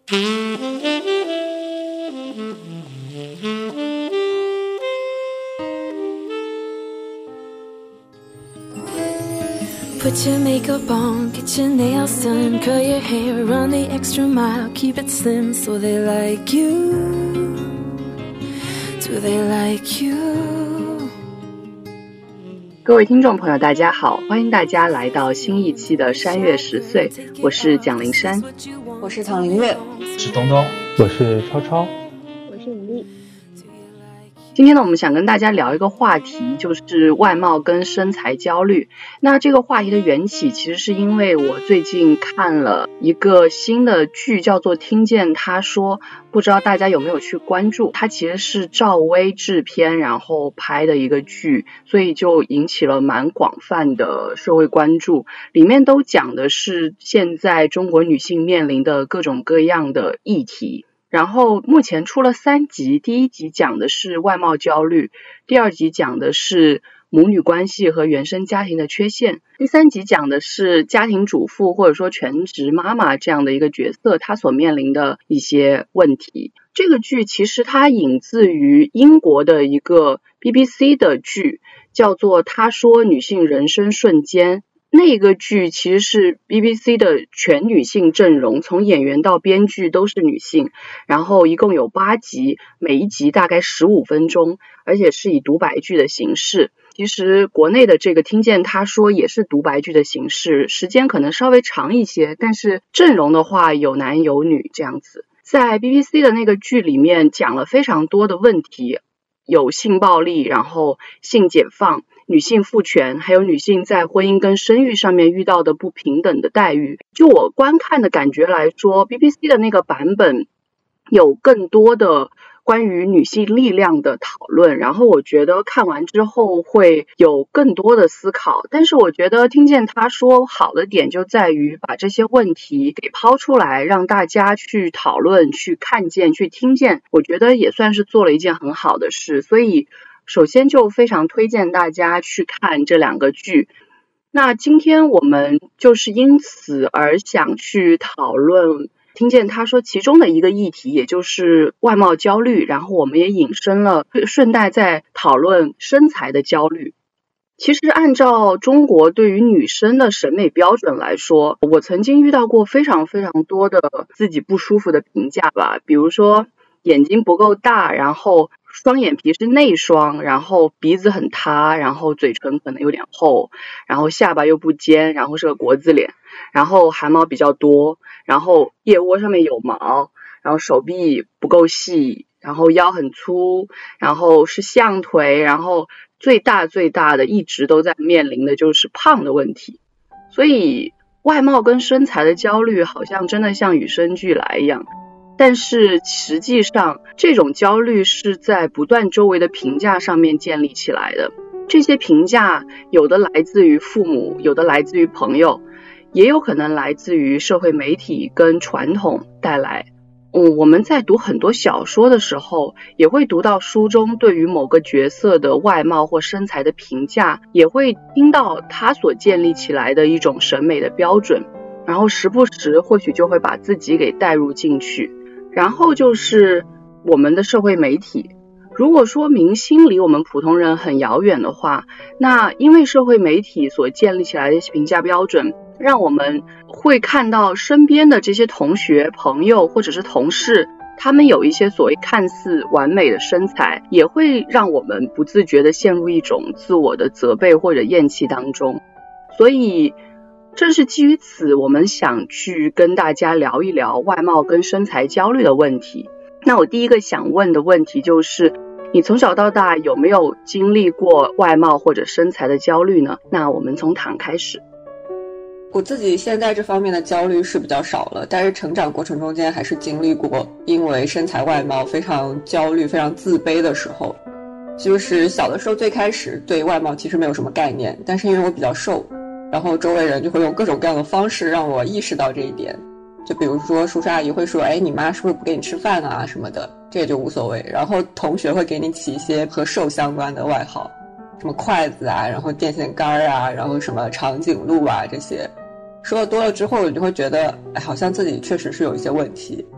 Put your makeup on, get your nails done, curl your hair, run the extra mile, keep it slim so they like you. Do they like you? 各位听众朋友大家好，欢迎大家来到新一期的山月10岁，我是蒋灵山， 我是唐林月， 我是东东， 我是超超， 我是李丽。 今天呢，我们想跟大家聊一个话题，就是外貌跟身材焦虑。那这个话题的缘起，其实是因为我最近看了一个新的剧，叫做《听见他说》，不知道大家有没有去关注？它其实是赵薇制片然后拍的一个剧，所以就引起了蛮广泛的社会关注。里面都讲的是现在中国女性面临的各种各样的议题。然后目前出了3集，第1集讲的是外貌焦虑，第2集讲的是母女关系和原生家庭的缺陷，第3集讲的是家庭主妇或者说全职妈妈这样的一个角色，她所面临的一些问题。这个剧其实它引自于英国的一个 BBC 的剧，叫做《他说女性人生瞬间》。那个剧其实是 BBC 的全女性阵容，从演员到编剧都是女性，然后一共有8集，每一集大概15分钟，而且是以独白剧的形式。其实国内的这个听见他说也是独白剧的形式，时间可能稍微长一些，但是阵容的话有男有女这样子。在 BBC 的那个剧里面讲了非常多的问题，有性暴力，然后性解放，女性赋权，还有女性在婚姻跟生育上面遇到的不平等的待遇。就我观看的感觉来说， BBC 的那个版本有更多的关于女性力量的讨论，然后我觉得看完之后会有更多的思考。但是我觉得听见他说好的点就在于把这些问题给抛出来，让大家去讨论，去看见，去听见，我觉得也算是做了一件很好的事。所以首先就非常推荐大家去看这2个剧。那今天我们就是因此而想去讨论听见他说其中的一个议题，也就是外貌焦虑，然后我们也引申了顺带在讨论身材的焦虑。其实按照中国对于女生的审美标准来说，我曾经遇到过非常非常多的自己不舒服的评价吧，比如说眼睛不够大，然后双眼皮是内双，然后鼻子很塌，然后嘴唇可能有点厚，然后下巴又不尖，然后是个国字脸，然后汗毛比较多，然后腋窝上面有毛，然后手臂不够细，然后腰很粗，然后是象腿，然后最大的一直都在面临的就是胖的问题。所以外貌跟身材的焦虑好像真的像与生俱来一样，但是实际上这种焦虑是在不断周围的评价上面建立起来的。这些评价有的来自于父母，有的来自于朋友，也有可能来自于社会媒体跟传统带来。我们在读很多小说的时候，也会读到书中对于某个角色的外貌或身材的评价，也会听到他所建立起来的一种审美的标准，然后时不时或许就会把自己给带入进去。然后就是我们的社会媒体，如果说明星离我们普通人很遥远的话，那因为社会媒体所建立起来的一些评价标准，让我们会看到身边的这些同学、朋友或者是同事，他们有一些所谓看似完美的身材，也会让我们不自觉地陷入一种自我的责备或者厌弃当中。所以正是基于此，我们想去跟大家聊一聊外貌跟身材焦虑的问题。那我第一个想问的问题就是，你从小到大有没有经历过外貌或者身材的焦虑呢？那我们从唐开始。 我自己现在这方面的焦虑是比较少了，但是成长过程中间还是经历过因为身材外貌非常焦虑、非常自卑的时候。就是小的时候最开始对外貌其实没有什么概念，但是因为我比较瘦，然后周围人就会用各种各样的方式让我意识到这一点。就比如说叔叔阿姨会说，哎，你妈是不是不给你吃饭啊什么的，这也就无所谓。然后同学会给你起一些和瘦相关的外号，什么筷子啊，然后电线杆啊，然后什么长颈鹿啊，这些说的多了之后，你就会觉得，哎，好像自己确实是有一些问题。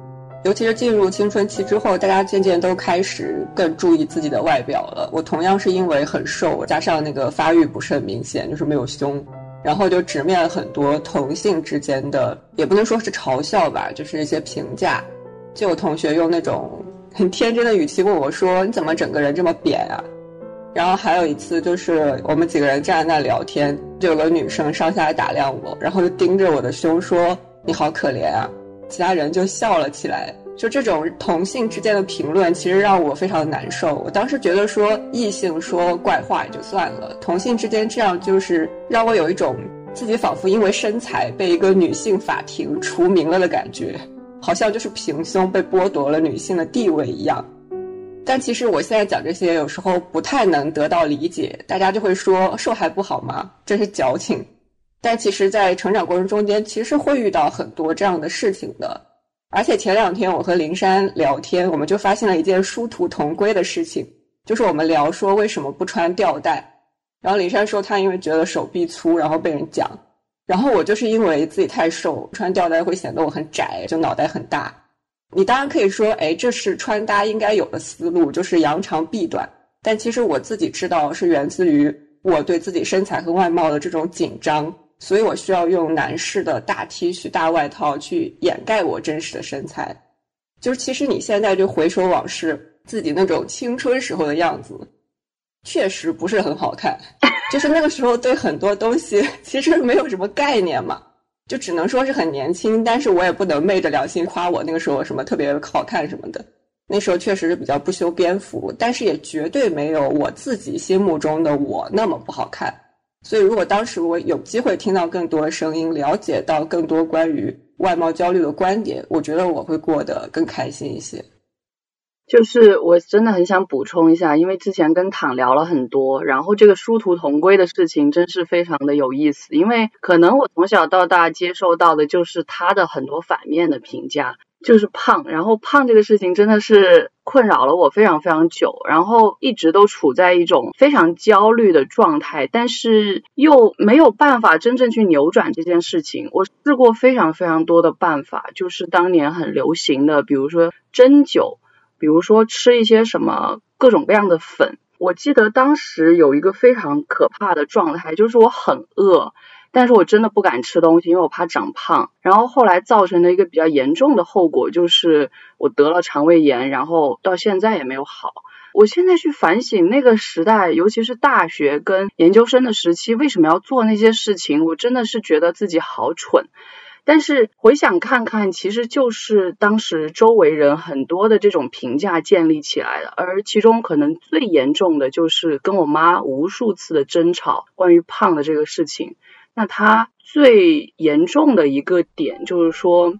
尤其是进入青春期之后，大家渐渐都开始更注意自己的外表了。我同样是因为很瘦，加上那个发育不是很明显，就是没有胸，然后就直面了很多同性之间的，也不能说是嘲笑吧，就是一些评价。就有同学用那种很天真的语气问我说，你怎么整个人这么扁啊？然后还有一次就是我们几个人站在那聊天，就有个女生上下打量我，然后就盯着我的胸说，你好可怜啊。其他人就笑了起来。就这种同性之间的评论其实让我非常难受。我当时觉得说异性说怪话也就算了，同性之间这样就是让我有一种自己仿佛因为身材被一个女性法庭除名了的感觉，好像就是平胸被剥夺了女性的地位一样。但其实我现在讲这些有时候不太能得到理解，大家就会说瘦还不好吗？真是矫情。但其实在成长过程中间其实会遇到很多这样的事情的。而且前2天我和灵珊聊天，我们就发现了一件殊途同归的事情，就是我们聊说为什么不穿吊带，然后灵珊说她因为觉得手臂粗然后被人讲，然后我就是因为自己太瘦，穿吊带会显得我很窄，就脑袋很大。你当然可以说这是穿搭应该有的思路，就是扬长避短，但其实我自己知道是源自于我对自己身材和外貌的这种紧张，所以我需要用男士的大 T 恤大外套去掩盖我真实的身材。就是其实你现在就回首往事，自己那种青春时候的样子确实不是很好看，就是那个时候对很多东西其实没有什么概念嘛，就只能说是很年轻，但是我也不能昧着良心夸我那个时候什么特别好看什么的。那时候确实是比较不修边幅，但是也绝对没有我自己心目中的我那么不好看。所以如果当时我有机会听到更多的声音，了解到更多关于外貌焦虑的观点，我觉得我会过得更开心一些。 就是我真的很想补充一下，因为之前跟躺聊了很多，然后这个殊途同归的事情真是非常的有意思，因为可能我从小到大接受到的就是他的很多反面的评价，就是胖，然后胖这个事情真的是困扰了我非常非常久，然后一直都处在一种非常焦虑的状态，但是又没有办法真正去扭转这件事情。我试过非常非常多的办法，就是当年很流行的，比如说针灸，比如说吃一些什么各种各样的粉。我记得当时有一个非常可怕的状态，就是我很饿，但是我真的不敢吃东西，因为我怕长胖。然后后来造成的一个比较严重的后果就是我得了肠胃炎，然后到现在也没有好。我现在去反省那个时代，尤其是大学跟研究生的时期，为什么要做那些事情，我真的是觉得自己好蠢。但是回想看看，其实就是当时周围人很多的这种评价建立起来的，而其中可能最严重的就是跟我妈无数次的争吵关于胖的这个事情。那他最严重的一个点就是说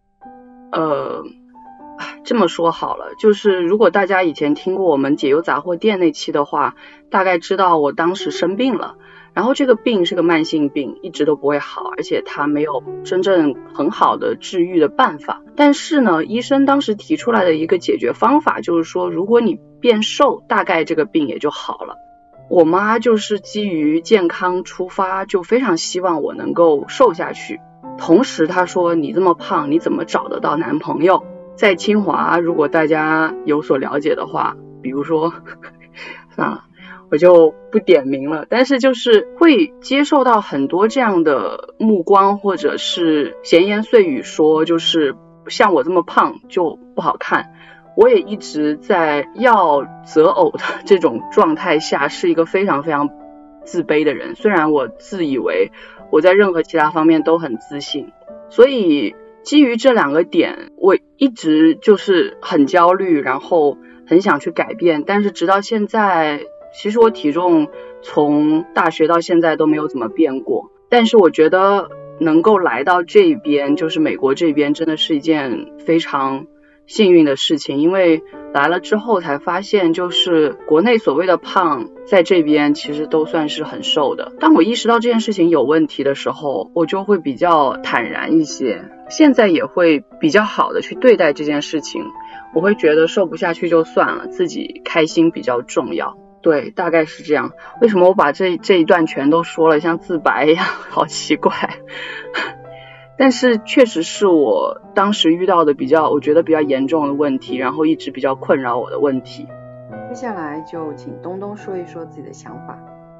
这么说好了，就是如果大家以前听过我们解忧杂货店那期的话，大概知道我当时生病了，然后这个病是个慢性病，一直都不会好，而且它没有真正很好的治愈的办法。但是呢，医生当时提出来的一个解决方法就是说，如果你变瘦，大概这个病也就好了。我妈就是基于健康出发，就非常希望我能够瘦下去。同时她说，你这么胖，你怎么找得到男朋友？在清华，如果大家有所了解的话，比如说算了，我就不点名了，但是就是会接受到很多这样的目光，或者是闲言碎语说，就是像我这么胖就不好看。我也一直在要择偶的这种状态下是一个非常非常自卑的人，虽然我自以为我在任何其他方面都很自信。所以基于这两个点，我一直就是很焦虑，然后很想去改变，但是直到现在，其实我体重从大学到现在都没有怎么变过。但是我觉得能够来到这边，就是美国这边，真的是一件非常幸运的事情，因为来了之后才发现，就是国内所谓的胖，在这边其实都算是很瘦的。当我意识到这件事情有问题的时候，我就会比较坦然一些，现在也会比较好的去对待这件事情。我会觉得瘦不下去就算了，自己开心比较重要。对，大概是这样。为什么我把这一段全都说了，像自白一样，好奇怪。 但是确实是我当时遇到的我觉得比较严重的问题，然后一直比较困扰我的问题。 接下来就请东东说一说自己的想法。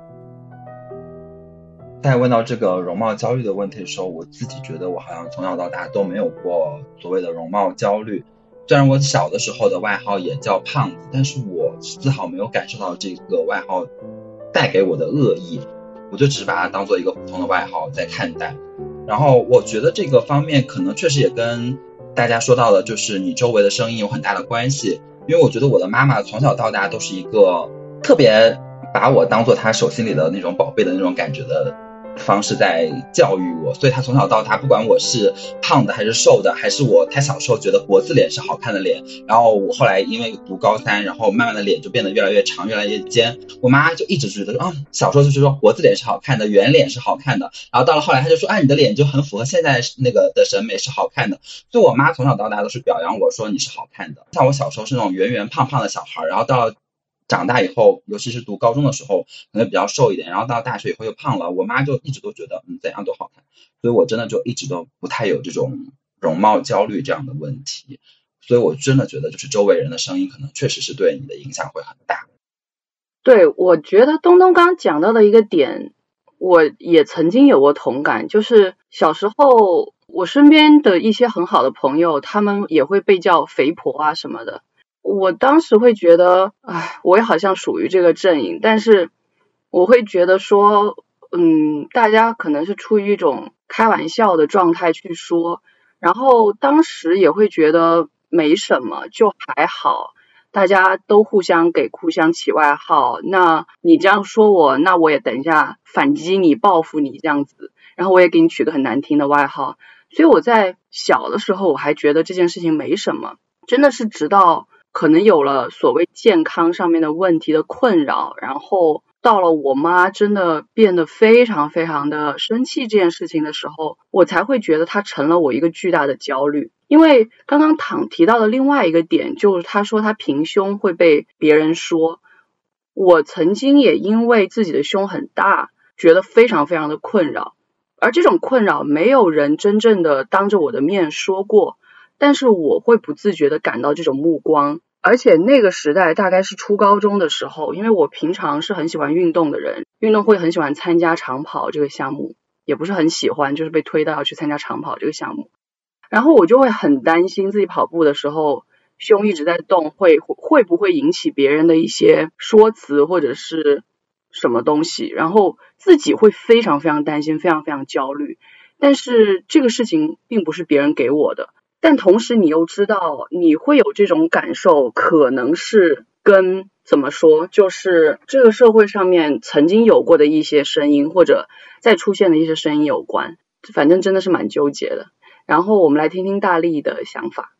在问到这个容貌焦虑的问题的时候，我自己觉得我好像从小到大都没有过所谓的容貌焦虑。虽然我小的时候的外号也叫胖子，但是我丝毫没有感受到这个外号带给我的恶意，我就只是把它当做一个普通的外号在看待。然后我觉得这个方面可能确实也跟大家说到的就是你周围的声音有很大的关系，因为我觉得我的妈妈从小到大都是一个特别把我当做她手心里的那种宝贝的那种感觉的方式在教育我，所以她从小到大不管我是胖的还是瘦的，还是她小时候觉得国字脸是好看的脸，然后我后来因为读高三，然后慢慢的脸就变得越来越长越来越尖，我妈就一直觉得说小时候就是说国字脸是好看的，圆脸是好看的，然后到了后来她就说你的脸就很符合现在那个的审美是好看的，所以我妈从小到大都是表扬我说你是好看的。像我小时候是那种圆圆胖胖的小孩，然后到了长大以后，尤其是读高中的时候可能比较瘦一点，然后到大学以后又胖了，我妈就一直都觉得怎样都好看，所以我真的就一直都不太有这种容貌焦虑这样的问题。所以我真的觉得就是周围人的声音可能确实是对你的影响会很大。 对，我觉得东东刚刚讲到的一个点我也曾经有过同感，就是小时候我身边的一些很好的朋友，他们也会被叫肥婆啊什么的，我当时会觉得我也好像属于这个阵营，但是我会觉得说大家可能是出于一种开玩笑的状态去说，然后当时也会觉得没什么，就还好，大家都互相起外号，那你这样说我，那我也等一下反击你报复你这样子，然后我也给你取个很难听的外号。所以我在小的时候我还觉得这件事情没什么，真的是直到可能有了所谓健康上面的问题的困扰，然后到了我妈真的变得非常非常的生气这件事情的时候，我才会觉得它成了我一个巨大的焦虑。因为刚刚唐提到的另外一个点，就是他说他平胸会被别人说，我曾经也因为自己的胸很大觉得非常非常的困扰，而这种困扰没有人真正的当着我的面说过，但是我会不自觉的感到这种目光。而且那个时代大概是初高中的时候，因为我平常是很喜欢运动的人，运动会很喜欢参加长跑这个项目，也不是很喜欢，就是被推到要去参加长跑这个项目，然后我就会很担心自己跑步的时候胸一直在动会不会引起别人的一些说辞或者是什么东西，然后自己会非常非常担心，非常非常焦虑。但是这个事情并不是别人给我的，但同时你又知道你会有这种感受，可能是跟怎么说，就是这个社会上面曾经有过的一些声音或者再出现的一些声音有关，反正真的是蛮纠结的。然后我们来听听大力的想法。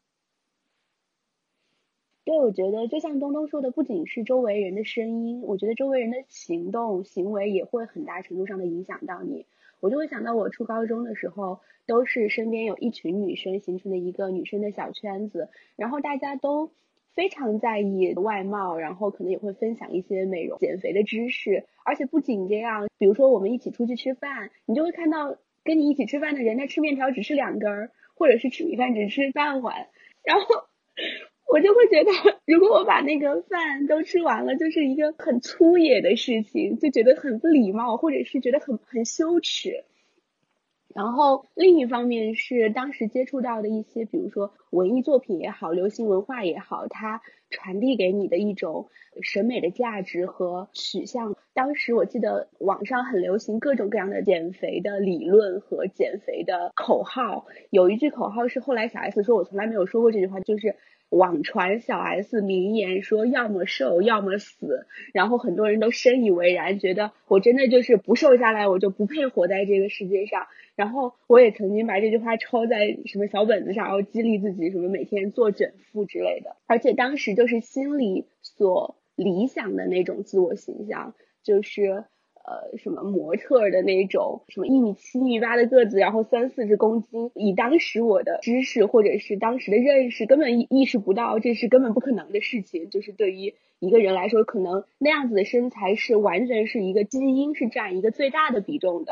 对，我觉得就像东东说的，不仅是周围人的声音，我觉得周围人的行动行为也会很大程度上的影响到你。我就会想到我初高中的时候，都是身边有一群女生形成的一个女生的小圈子，然后大家都非常在意外貌，然后可能也会分享一些美容减肥的知识。而且不仅这样，比如说我们一起出去吃饭，你就会看到跟你一起吃饭的人，他吃面条只吃2根，或者是吃米饭只吃半碗，然后我就会觉得如果我把那个饭都吃完了，就是一个很粗野的事情，就觉得很不礼貌，或者是觉得很羞耻。然后另一方面是当时接触到的一些比如说文艺作品也好，流行文化也好，它传递给你的一种审美的价值和取向。当时我记得网上很流行各种各样的减肥的理论和减肥的口号，有一句口号是后来小 S 说，我从来没有说过这句话，就是网传小 S 名言说要么瘦要么死，然后很多人都深以为然，觉得我真的就是不瘦下来我就不配活在这个世界上。然后我也曾经把这句话抄在什么小本子上，然后激励自己什么每天做卷腹之类的。而且当时就是心里所理想的那种自我形象，就是什么模特的那种，什么1.7米1.8米的个子，然后30-40公斤，以当时我的知识或者是当时的认识，根本意识不到这是根本不可能的事情。就是对于一个人来说，可能那样子的身材是完全是一个基因是占一个最大的比重的。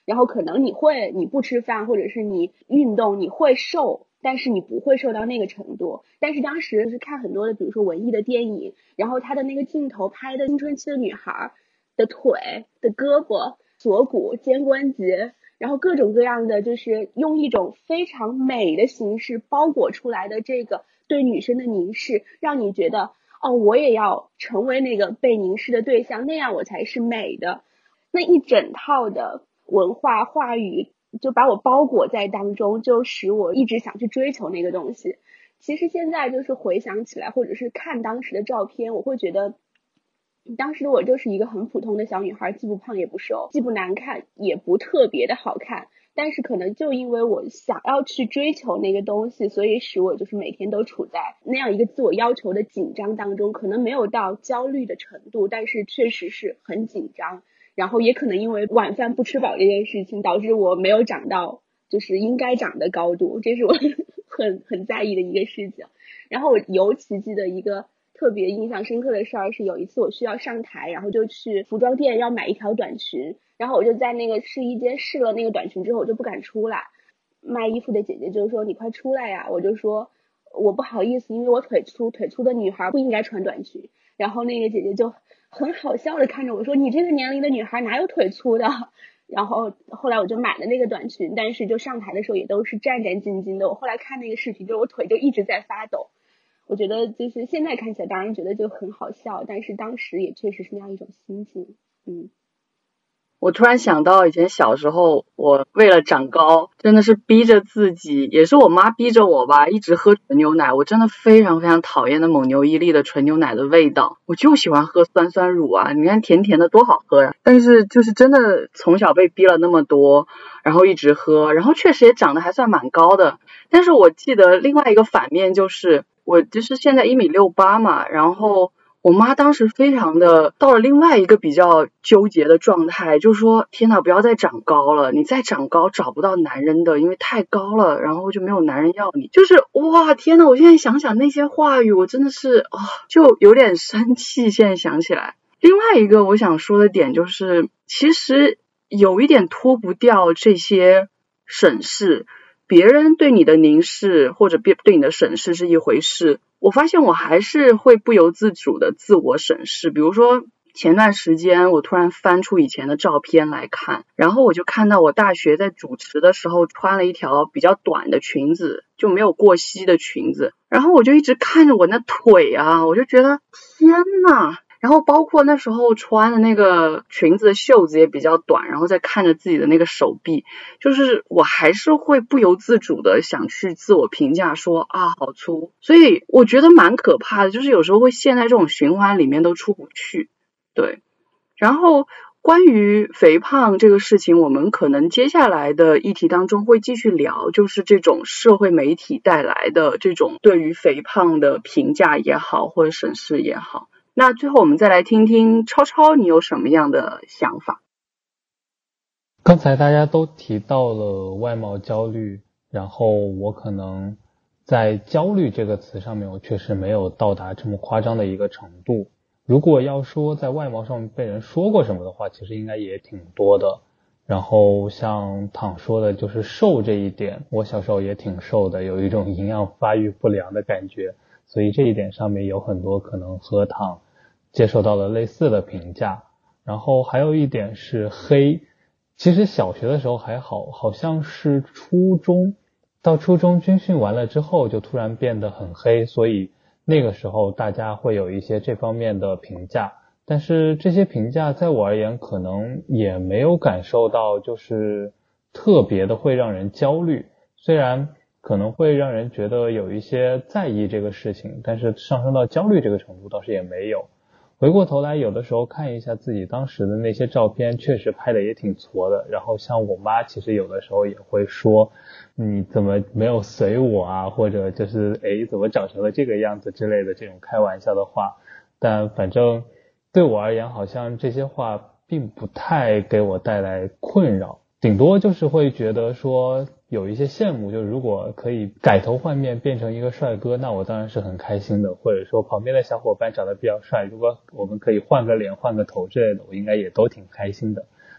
然后可能你不吃饭或者是你运动你会瘦，但是你不会瘦到那个程度。但是当时就是看很多的比如说文艺的电影，然后他的那个镜头拍的青春期的女孩的腿的胳膊锁骨肩关节，然后各种各样的就是用一种非常美的形式包裹出来的这个对女生的凝视，让你觉得哦，我也要成为那个被凝视的对象，那样我才是美的。那一整套的文化话语就把我包裹在当中，就使我一直想去追求那个东西。其实现在就是回想起来或者是看当时的照片，我会觉得当时的我就是一个很普通的小女孩，既不胖也不瘦，既不难看也不特别的好看，但是可能就因为我想要去追求那个东西，所以使我就是每天都处在那样一个自我要求的紧张当中，可能没有到焦虑的程度，但是确实是很紧张。然后也可能因为晚饭不吃饱这件事情导致我没有长到就是应该长的高度，这是我很在意的一个事情。然后我尤其记得一个特别印象深刻的事儿，是有一次我需要上台，然后就去服装店要买一条短裙，然后我就在那个试衣间试了那个短裙之后我就不敢出来，卖衣服的姐姐就说你快出来呀，我就说我不好意思，因为我腿粗的女孩不应该穿短裙。然后那个姐姐就很好笑的看着我说你这个年龄的女孩哪有腿粗的。然后后来我就买了那个短裙，但是就上台的时候也都是战战兢兢的。我后来看那个视频，就我腿就一直在发抖。我觉得就是现在看起来当然觉得就很好笑，但是当时也确实是那样一种心境。 我突然想到以前小时候我为了长高真的是逼着自己，也是我妈逼着我吧，一直喝纯牛奶。我真的非常非常讨厌的蒙牛伊利的纯牛奶的味道，我就喜欢喝酸酸乳啊，你看甜甜的多好喝呀。但是就是真的从小被逼了那么多，然后一直喝，然后确实也长得还算蛮高的。但是我记得另外一个反面就是我就是现在1.68米嘛，然后我妈当时非常的到了另外一个比较纠结的状态，就说天哪，不要再长高了，你再长高找不到男人的，因为太高了，然后就没有男人要你。就是哇天哪，我现在想想那些话语我真的是就有点生气，现在想起来。另外一个我想说的点就是其实有一点脱不掉这些审视，别人对你的凝视或者对你的审视是一回事，我发现我还是会不由自主的自我审视。比如说前段时间我突然翻出以前的照片来看，然后我就看到我大学在主持的时候穿了一条比较短的裙子，就没有过膝的裙子，然后我就一直看着我那腿啊，我就觉得天哪。然后包括那时候穿的那个裙子的袖子也比较短，然后再看着自己的那个手臂，就是我还是会不由自主的想去自我评价说啊好粗。所以我觉得蛮可怕的，就是有时候会陷在这种循环里面都出不去。对，然后关于肥胖这个事情，我们可能接下来的议题当中会继续聊，就是这种社会媒体带来的这种对于肥胖的评价也好或者审视也好。那最后我们再来听听超超你有什么样的想法。 刚才大家都提到了外貌焦虑，然后我可能在焦虑这个词上面我确实没有到达这么夸张的一个程度。如果要说在外貌上面被人说过什么的话，其实应该也挺多的。然后像躺说的就是瘦这一点，我小时候也挺瘦的，有一种营养发育不良的感觉，所以这一点上面有很多可能和躺接受到了类似的评价。然后还有一点是黑，其实小学的时候还好，好像是初中，到初中军训完了之后就突然变得很黑，所以那个时候大家会有一些这方面的评价。但是这些评价在我而言可能也没有感受到就是特别的会让人焦虑，虽然可能会让人觉得有一些在意这个事情，但是上升到焦虑这个程度倒是也没有。回过头来有的时候看一下自己当时的那些照片，确实拍的也挺矬的，然后像我妈其实有的时候也会说你怎么没有随我啊，或者就是怎么长成了这个样子之类的这种开玩笑的话。但反正对我而言好像这些话并不太给我带来困扰，顶多就是会觉得说有一些羡慕，就如果可以改头换面变成一个帅哥，那我当然是很开心的，或者说旁边的小伙伴长得比较帅，如果我们可以换个脸换个头之类的，我应该也都挺开心的。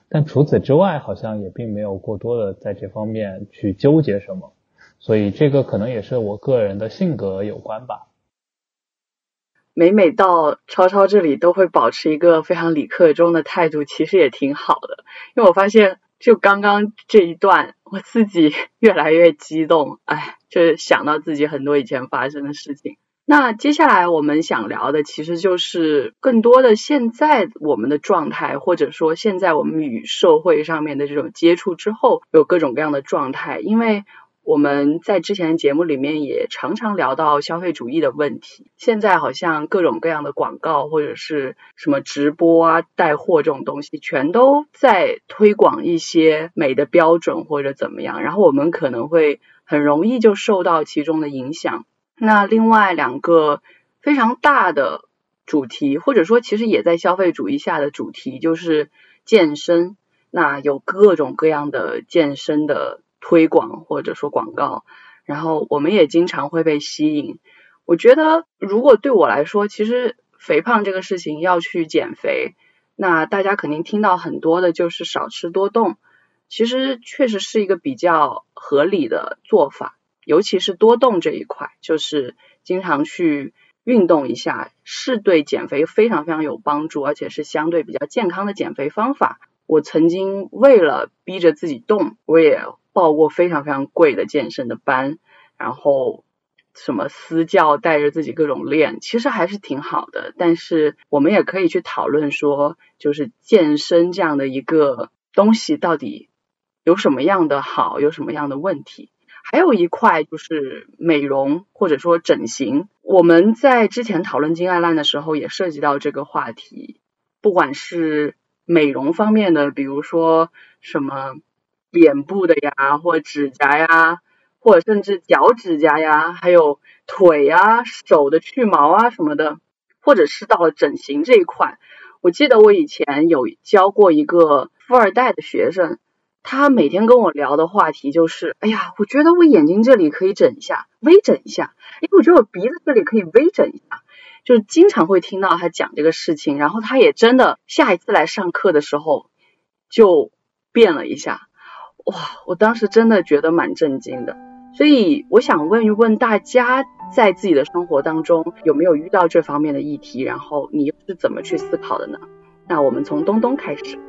但除此之外好像也并没有过多的在这方面去纠结什么，所以这个可能也是我个人的性格有关吧。 每到超超这里都会保持一个非常理科中的态度，其实也挺好的，因为我发现就刚刚这一段我自己越来越激动，就是想到自己很多以前发生的事情。那接下来我们想聊的其实就是更多的现在我们的状态，或者说现在我们与社会上面的这种接触之后有各种各样的状态，因为我们在之前的节目里面也常常聊到消费主义的问题，现在好像各种各样的广告或者是什么直播啊带货这种东西全都在推广一些美的标准或者怎么样，然后我们可能会很容易就受到其中的影响。那另外两个非常大的主题，或者说其实也在消费主义下的主题，就是健身。那有各种各样的健身的推广或者说广告，然后我们也经常会被吸引。我觉得如果对我来说，其实肥胖这个事情要去减肥，那大家肯定听到很多的就是少吃多动，其实确实是一个比较合理的做法，尤其是多动这一块，就是经常去运动一下，是对减肥非常非常有帮助，而且是相对比较健康的减肥方法。我曾经为了逼着自己动，我也报过非常非常贵的健身的班，然后什么私教带着自己各种练，其实还是挺好的。但是我们也可以去讨论说，就是健身这样的一个东西到底有什么样的好，有什么样的问题。还有一块就是美容或者说整形，我们在之前讨论金爱烂的时候也涉及到这个话题，不管是美容方面的，比如说什么脸部的呀，或指甲呀，或者甚至脚指甲呀，还有腿呀、手的去毛啊什么的，或者是到了整形这一块。我记得我以前有教过一个富二代的学生，他每天跟我聊的话题就是，我觉得我眼睛这里可以整一下，微整一下，我觉得我鼻子这里可以微整一下，就是经常会听到他讲这个事情，然后他也真的下一次来上课的时候就变了一下。哇，我当时真的觉得蛮震惊的。所以我想问一问大家，在自己的生活当中有没有遇到这方面的议题，然后你又是怎么去思考的呢？那我们从东东开始。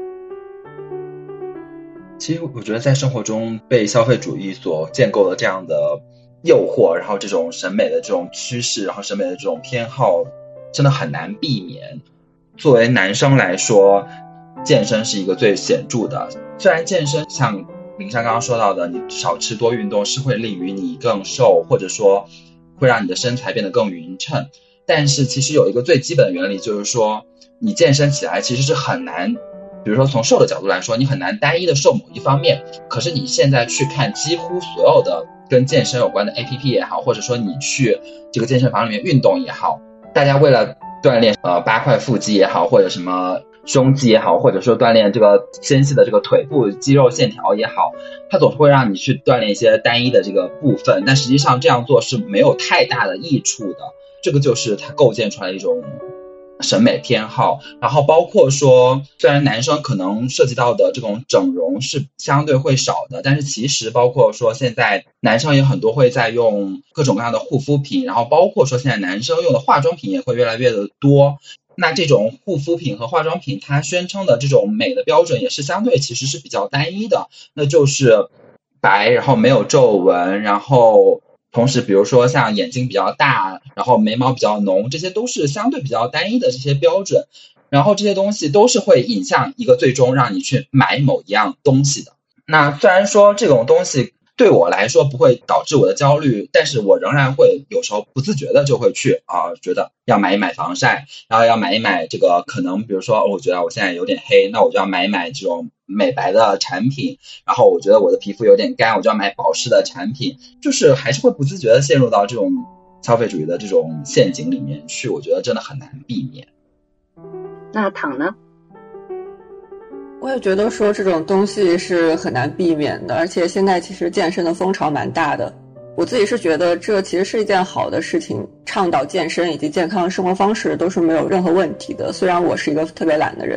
其实我觉得在生活中被消费主义所建构的这样的诱惑，然后这种审美的这种趋势，然后审美的这种偏好真的很难避免。作为男生来说，健身是一个最显著的，虽然健身像林珊刚刚说到的，你少吃多运动是会利于你更瘦，或者说会让你的身材变得更匀称，但是其实有一个最基本的原理，就是说你健身起来其实是很难，比如说从瘦的角度来说，你很难单一的瘦某一方面，可是你现在去看几乎所有的跟健身有关的 APP 也好，或者说你去这个健身房里面运动也好，大家为了锻炼八块腹肌也好，或者什么胸肌也好，或者说锻炼这个纤细的这个腿部肌肉线条也好，它总是会让你去锻炼一些单一的这个部分，但实际上这样做是没有太大的益处的。这个就是它构建出来一种审美偏好。然后包括说，虽然男生可能涉及到的这种整容是相对会少的，但是其实包括说现在男生也很多会在用各种各样的护肤品，然后包括说现在男生用的化妆品也会越来越的多。那这种护肤品和化妆品它宣称的这种美的标准也是相对其实是比较单一的，那就是白，然后没有皱纹，然后同时比如说像眼睛比较大，然后眉毛比较浓，这些都是相对比较单一的这些标准，然后这些东西都是会引向一个最终让你去买某一样东西的。那虽然说这种东西对我来说不会导致我的焦虑，但是我仍然会有时候不自觉的就会去觉得要买一买防晒，然后要买一买这个可能比如说我觉得我现在有点黑，那我就要买一买这种美白的产品，然后我觉得我的皮肤有点干，我就要买保湿的产品，就是还是会不自觉的陷入到这种消费主义的这种陷阱里面去，我觉得真的很难避免。 那躺呢？ 我也觉得说这种东西是很难避免的，而且现在其实健身的风潮蛮大的，我自己是觉得这其实是一件好的事情，倡导健身以及健康的生活方式都是没有任何问题的。虽然我是一个特别懒的人，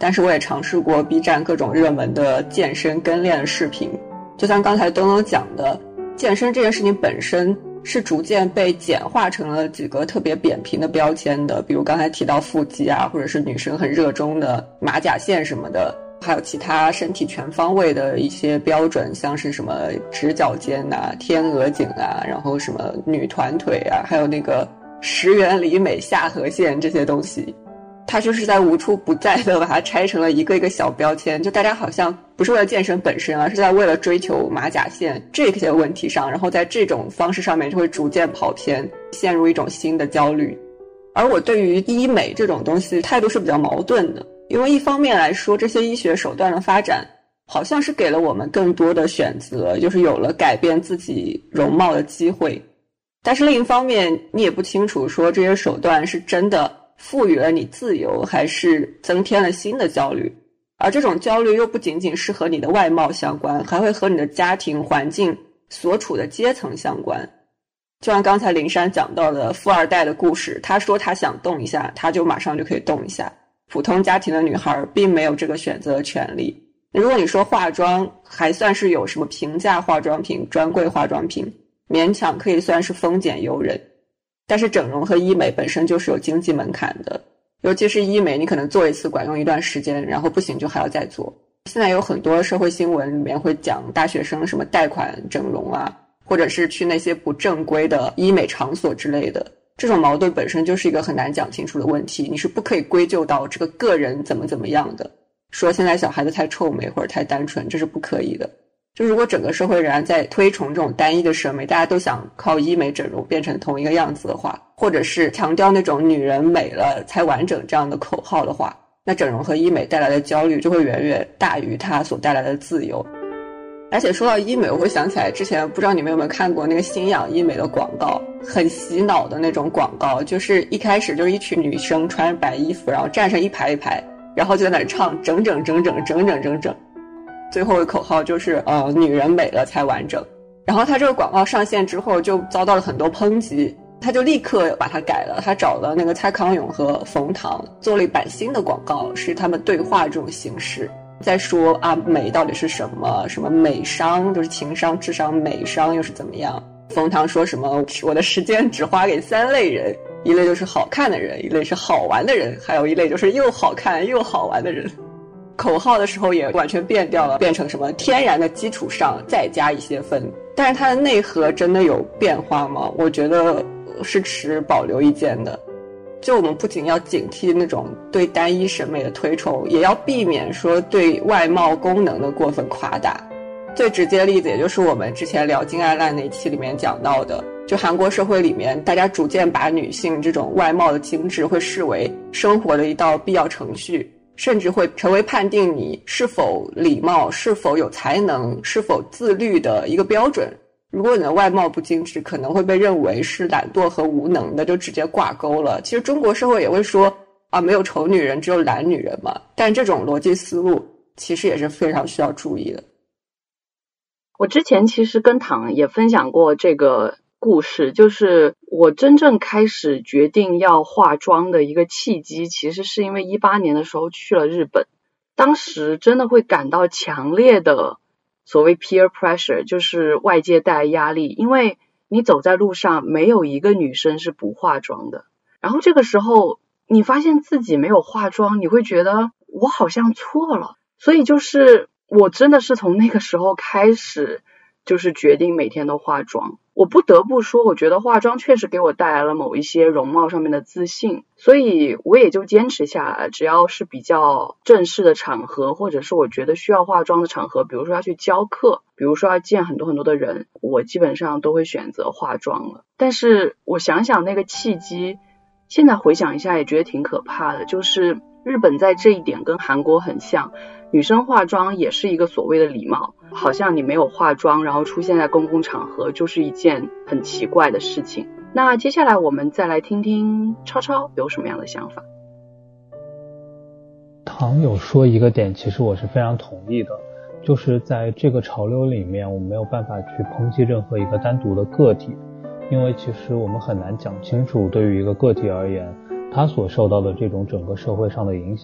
但是我也尝试过 B 站各种热门的健身跟练的视频。就像刚才东东讲的，健身这件事情本身是逐渐被简化成了几个特别扁平的标签的，比如刚才提到腹肌啊，或者是女生很热衷的马甲线什么的，还有其他身体全方位的一些标准，像是什么直角肩啊、天鹅颈啊，然后什么女团腿啊，还有那个10元里美下颌线这些东西，它就是在无处不在的把它拆成了一个一个小标签，就大家好像不是为了健身本身，而是在为了追求马甲线这些问题上，然后在这种方式上面就会逐渐跑偏，陷入一种新的焦虑。而我对于医美这种东西态度是比较矛盾的，因为一方面来说，这些医学手段的发展好像是给了我们更多的选择，就是有了改变自己容貌的机会，但是另一方面你也不清楚说这些手段是真的赋予了你自由，还是增添了新的焦虑。而这种焦虑又不仅仅是和你的外貌相关，还会和你的家庭环境所处的阶层相关。就像刚才林珊讲到的富二代的故事，他说他想动一下，他就马上就可以动一下。普通家庭的女孩并没有这个选择的权利。如果你说化妆还算是有什么平价化妆品、专柜化妆品，勉强可以算是丰俭由人，但是整容和医美本身就是有经济门槛的，尤其是医美，你可能做一次管用一段时间，然后不行就还要再做。现在有很多社会新闻里面会讲大学生什么贷款整容啊，或者是去那些不正规的医美场所之类的，这种矛盾本身就是一个很难讲清楚的问题，你是不可以归咎到这个个人怎么样的，说现在小孩子太臭美或者太单纯，这是不可以的。就如果整个社会仍然在推崇这种单一的审美，大家都想靠医美整容变成同一个样子的话，或者是强调那种女人美了才完整这样的口号的话，那整容和医美带来的焦虑就会远远大于它所带来的自由。而且说到医美，我会想起来之前不知道你们有没有看过那个新氧医美的广告，很洗脑的那种广告，就是一开始就是一群女生穿白衣服，然后站成一排一排，然后就在那里唱整整，最后的口号就是女人美了才完整。然后他这个广告上线之后就遭到了很多抨击，他就立刻把它改了，他找了那个蔡康永和冯唐做了一版新的广告，是他们对话这种形式，在说啊美到底是什么，什么美商就是情商智商，美商又是怎么样。冯唐说什么我的时间只花给3类人，一类就是好看的人，一类是好玩的人，还有一类就是又好看又好玩的人。口号的时候也完全变掉了，变成什么天然的基础上再加一些分，但是它的内核真的有变化吗？我觉得是持保留意见的。就我们不仅要警惕那种对单一审美的推崇，也要避免说对外貌功能的过分夸大。最直接的例子也就是我们之前聊金爱烂那期里面讲到的，就韩国社会里面大家逐渐把女性这种外貌的精致会视为生活的一道必要程序，甚至会成为判定你是否礼貌、是否有才能、是否自律的一个标准。如果你的外貌不精致，可能会被认为是懒惰和无能的，就直接挂钩了。其实中国社会也会说啊，没有丑女人，只有懒女人嘛。但这种逻辑思路其实也是非常需要注意的。 我之前其实跟唐也分享过这个故事，就是我真正开始决定要化妆的一个契机，其实是因为18年的时候去了日本，当时真的会感到强烈的所谓 peer pressure， 就是外界带来压力，因为你走在路上没有一个女生是不化妆的，然后这个时候你发现自己没有化妆，你会觉得我好像错了，所以就是我真的是从那个时候开始就是决定每天都化妆。我不得不说，我觉得化妆确实给我带来了某一些容貌上面的自信，所以我也就坚持下来，只要是比较正式的场合，或者是我觉得需要化妆的场合，比如说要去教课，比如说要见很多的人，我基本上都会选择化妆了。但是我想想那个契机，现在回想一下也觉得挺可怕的，就是日本在这一点跟韩国很像，女生化妆也是一个所谓的礼貌，好像你没有化妆然后出现在公共场合就是一件很奇怪的事情。那接下来我们再来听听超超有什么样的想法。 唐有说一个点，其实我是非常同意的，就是在这个潮流里面，我们没有办法去抨击任何一个单独的个体，因为其实我们很难讲清楚对于一个个体而言他所受到的这种整个社会上的影响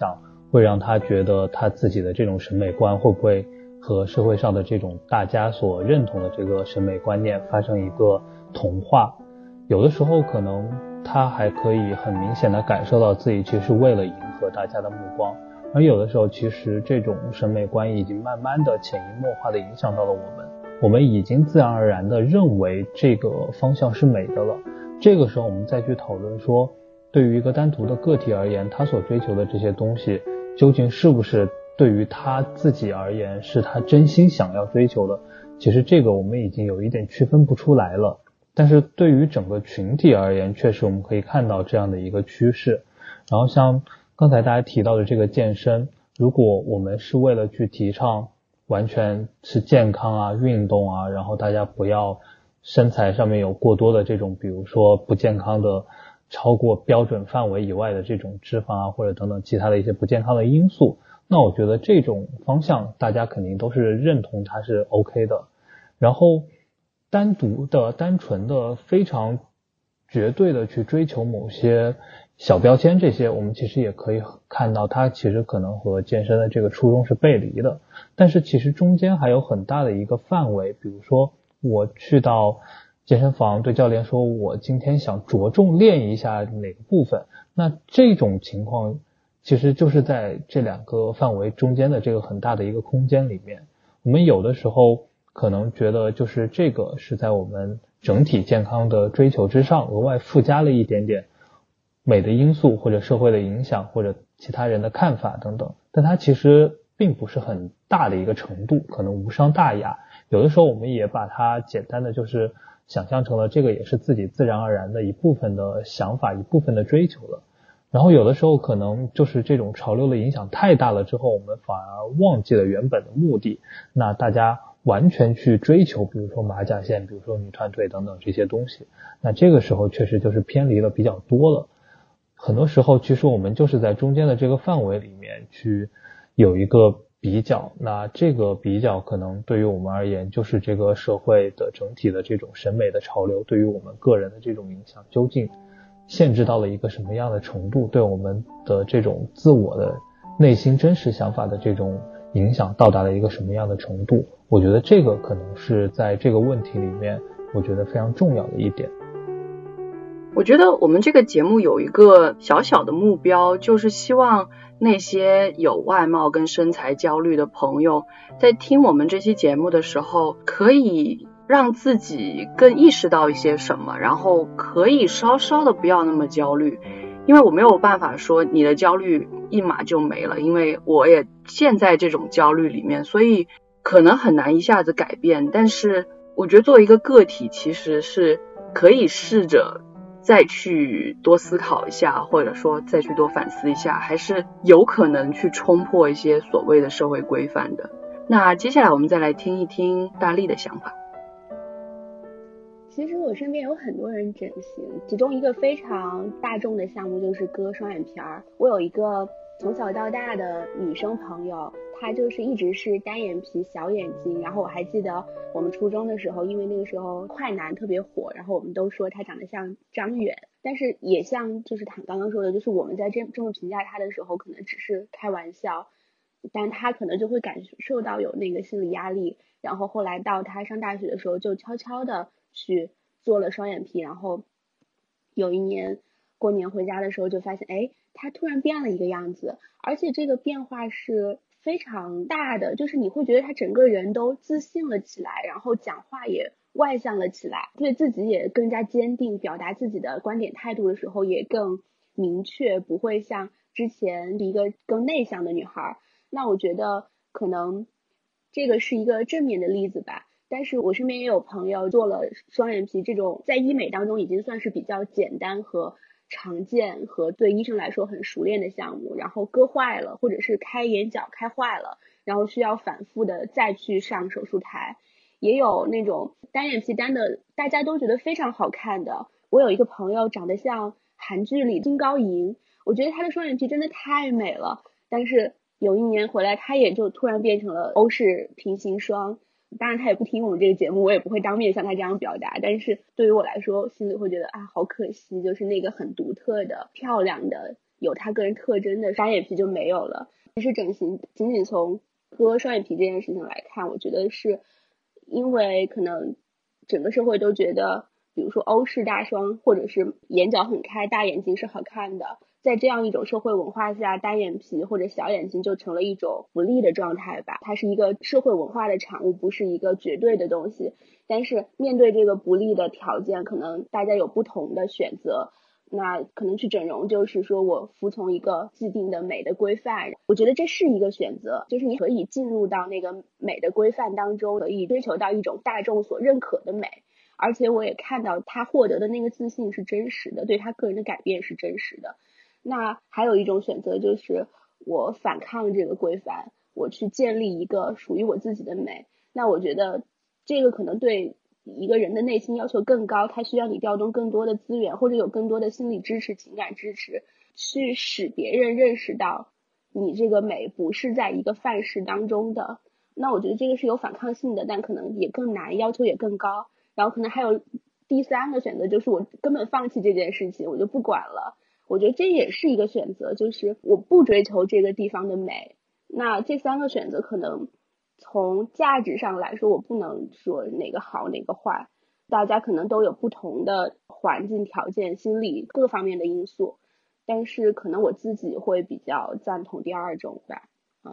会让他觉得他自己的这种审美观会不会和社会上的这种大家所认同的这个审美观念发生一个同化。有的时候可能他还可以很明显的感受到自己其实是为了迎合大家的目光，而有的时候其实这种审美观已经慢慢的潜移默化的影响到了我们已经自然而然的认为这个方向是美的了。这个时候我们再去讨论说，对于一个单独的个体而言，他所追求的这些东西究竟是不是对于他自己而言是他真心想要追求的，其实这个我们已经有一点区分不出来了。但是对于整个群体而言，确实我们可以看到这样的一个趋势。然后像刚才大家提到的这个健身，如果我们是为了去提倡完全是健康啊、运动啊，然后大家不要身材上面有过多的这种比如说不健康的超过标准范围以外的这种脂肪啊，或者等等其他的一些不健康的因素，那我觉得这种方向大家肯定都是认同它是 OK 的。然后单独的单纯的非常绝对的去追求某些小标签，这些我们其实也可以看到它其实可能和健身的这个初衷是背离的。但是其实中间还有很大的一个范围，比如说我去到健身房对教练说我今天想着重练一下哪个部分，那这种情况其实就是在这两个范围中间的这个很大的一个空间里面。我们有的时候可能觉得就是这个是在我们整体健康的追求之上额外附加了一点点美的因素，或者社会的影响，或者其他人的看法等等，但它其实并不是很大的一个程度，可能无伤大雅。有的时候我们也把它简单的就是想象成了这个也是自己自然而然的一部分的想法，一部分的追求了。然后有的时候可能就是这种潮流的影响太大了之后，我们反而忘记了原本的目的，那大家完全去追求比如说马甲线，比如说女团腿等等这些东西，那这个时候确实就是偏离了比较多了。很多时候其实我们就是在中间的这个范围里面去有一个比较，那这个比较可能对于我们而言就是这个社会的整体的这种审美的潮流对于我们个人的这种影响究竟限制到了一个什么样的程度，对我们的这种自我的内心真实想法的这种影响到达了一个什么样的程度，我觉得这个可能是在这个问题里面我觉得非常重要的一点。 我觉得我们这个节目有一个小小的目标，就是希望那些有外貌跟身材焦虑的朋友在听我们这期节目的时候，可以让自己更意识到一些什么，然后可以稍稍的不要那么焦虑。因为我没有办法说你的焦虑一码就没了，因为我也陷在这种焦虑里面，所以可能很难一下子改变。但是我觉得作为一个个体，其实是可以试着再去多思考一下，或者说再去多反思一下，还是有可能去冲破一些所谓的社会规范的。那接下来我们再来听一听大力的想法。 其实我身边有很多人整形，其中一个非常大众的项目就是割双眼皮儿。我有一个从小到大的女生朋友，她就是一直是单眼皮小眼睛，然后我还记得我们初中的时候，因为那个时候快男特别火，然后我们都说她长得像张远，但是也像就是他刚刚说的，就是我们在这么评价她的时候可能只是开玩笑，但她可能就会感受到有那个心理压力，然后后来到她上大学的时候就悄悄的去做了双眼皮，然后有一年过年回家的时候就发现，哎，他突然变了一个样子，而且这个变化是非常大的，就是你会觉得他整个人都自信了起来，然后讲话也外向了起来，对自己也更加坚定，表达自己的观点态度的时候也更明确，不会像之前一个更内向的女孩。那我觉得可能这个是一个正面的例子吧。但是我身边也有朋友做了双眼皮，这种在医美当中已经算是比较简单和常见和对医生来说很熟练的项目，然后割坏了或者是开眼角开坏了，然后需要反复的再去上手术台。也有那种单眼皮单的大家都觉得非常好看的，我有一个朋友长得像韩剧里金高银，我觉得他的双眼皮真的太美了，但是有一年回来他也就突然变成了欧式平行双。当然他也不听我们这个节目，我也不会当面向他这样表达，但是对于我来说心里会觉得啊，好可惜，就是那个很独特的漂亮的有他个人特征的单眼皮就没有了。其实整形仅仅从割双眼皮这件事情来看，我觉得是因为可能整个社会都觉得，比如说欧式大双或者是眼角很开大眼睛是好看的，在这样一种社会文化下，单眼皮或者小眼睛就成了一种不利的状态吧。它是一个社会文化的产物，不是一个绝对的东西。但是面对这个不利的条件，可能大家有不同的选择。那可能去整容就是说我服从一个既定的美的规范，我觉得这是一个选择，就是你可以进入到那个美的规范当中，可以追求到一种大众所认可的美。而且我也看到他获得的那个自信是真实的，对他个人的改变是真实的。那还有一种选择就是我反抗这个规范，我去建立一个属于我自己的美。那我觉得这个可能对一个人的内心要求更高，他需要你调动更多的资源，或者有更多的心理支持、情感支持，去使别人认识到你这个美不是在一个范式当中的。那我觉得这个是有反抗性的，但可能也更难，要求也更高。然后可能还有第三个选择，就是我根本放弃这件事情，我就不管了。我觉得这也是一个选择，就是我不追求这个地方的美。那这三个选择可能从价值上来说，我不能说哪个好哪个坏，大家可能都有不同的环境条件、心理各方面的因素，但是可能我自己会比较赞同第二种吧。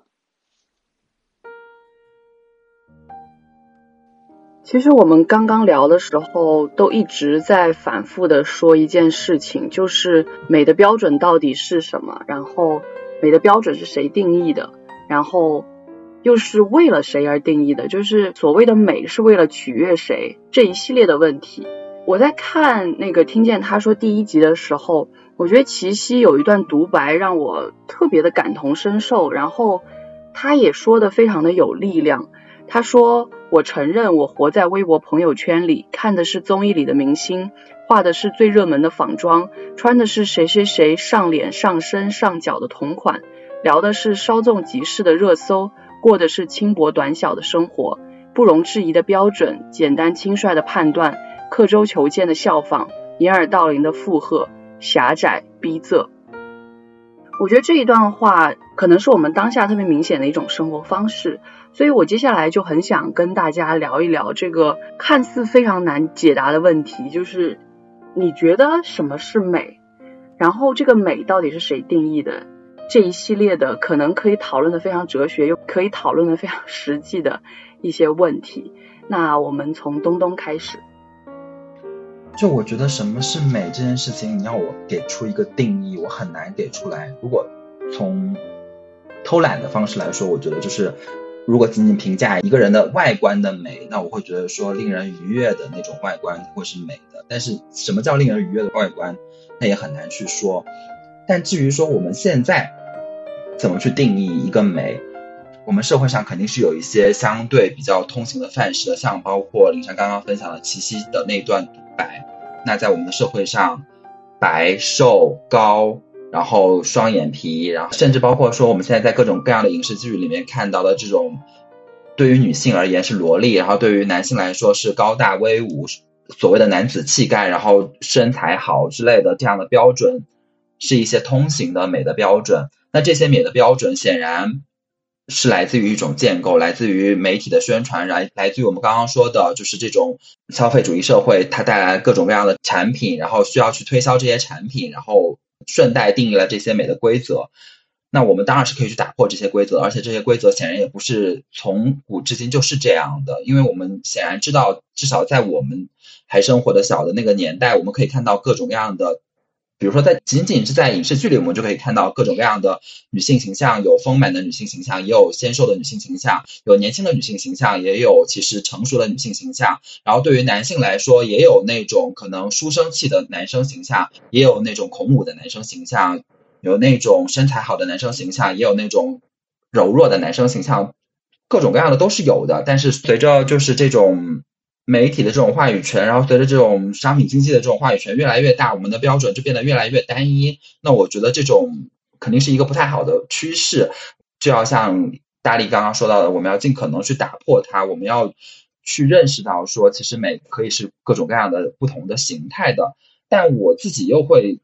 其实我们刚刚聊的时候都一直在反复的说一件事情，就是美的标准到底是什么，然后美的标准是谁定义的，然后又是为了谁而定义的，就是所谓的美是为了取悦谁，这一系列的问题。我在看那个听见他说第一集的时候，我觉得齐溪有一段独白让我特别的感同身受，然后他也说的非常的有力量。他说，我承认我活在微博朋友圈里，看的是综艺里的明星，画的是最热门的仿妆，穿的是谁谁谁上脸上身上脚的同款，聊的是稍纵即逝的热搜，过的是轻薄短小的生活，不容置疑的标准，简单轻率的判断，刻舟求剑的效仿，掩耳盗铃的附和，狭窄逼仄。我觉得这一段话可能是我们当下特别明显的一种生活方式，所以我接下来就很想跟大家聊一聊这个看似非常难解答的问题，就是你觉得什么是美，然后这个美到底是谁定义的，这一系列的可能可以讨论的非常哲学，又可以讨论的非常实际的一些问题。那我们从东东开始。 就我觉得什么是美这件事情，你要我给出一个定义，我很难给出来。如果从偷懒的方式来说，我觉得就是如果仅仅评价一个人的外观的美，那我会觉得说令人愉悦的那种外观会是美的。但是什么叫令人愉悦的外观，那也很难去说。但至于说我们现在怎么去定义一个美，我们社会上肯定是有一些相对比较通行的范式的，像包括林珊刚刚分享的齐溪的那段独白。那在我们的社会上，白瘦高，然后双眼皮，然后甚至包括说我们现在在各种各样的影视剧里面看到的这种，对于女性而言是萝莉，然后对于男性来说是高大威武，所谓的男子气概，然后身材好之类的这样的标准，是一些通行的美的标准。那这些美的标准显然是来自于一种建构，来自于媒体的宣传，来自于我们刚刚说的就是这种消费主义社会，它带来各种各样的产品，然后需要去推销这些产品，然后顺带定义了这些美的规则。那我们当然是可以去打破这些规则，而且这些规则显然也不是从古至今就是这样的，因为我们显然知道，至少在我们还生活的小的那个年代，我们可以看到各种各样的，比如说仅仅是在影视剧里，我们就可以看到各种各样的女性形象，有丰满的女性形象，也有纤瘦的女性形象，有年轻的女性形象，也有其实成熟的女性形象。然后对于男性来说，也有那种可能书生气的男生形象，也有那种孔武的男生形象，有那种身材好的男生形象，也有那种柔弱的男生形象，各种各样的都是有的。但是随着就是这种媒体的这种话语权，然后随着这种商品经济的这种话语权越来越大，我们的标准就变得越来越单一。那我觉得这种肯定是一个不太好的趋势，就要像大力刚刚说到的，我们要尽可能去打破它，我们要去认识到说其实美可以是各种各样的不同的形态的。但我自己又会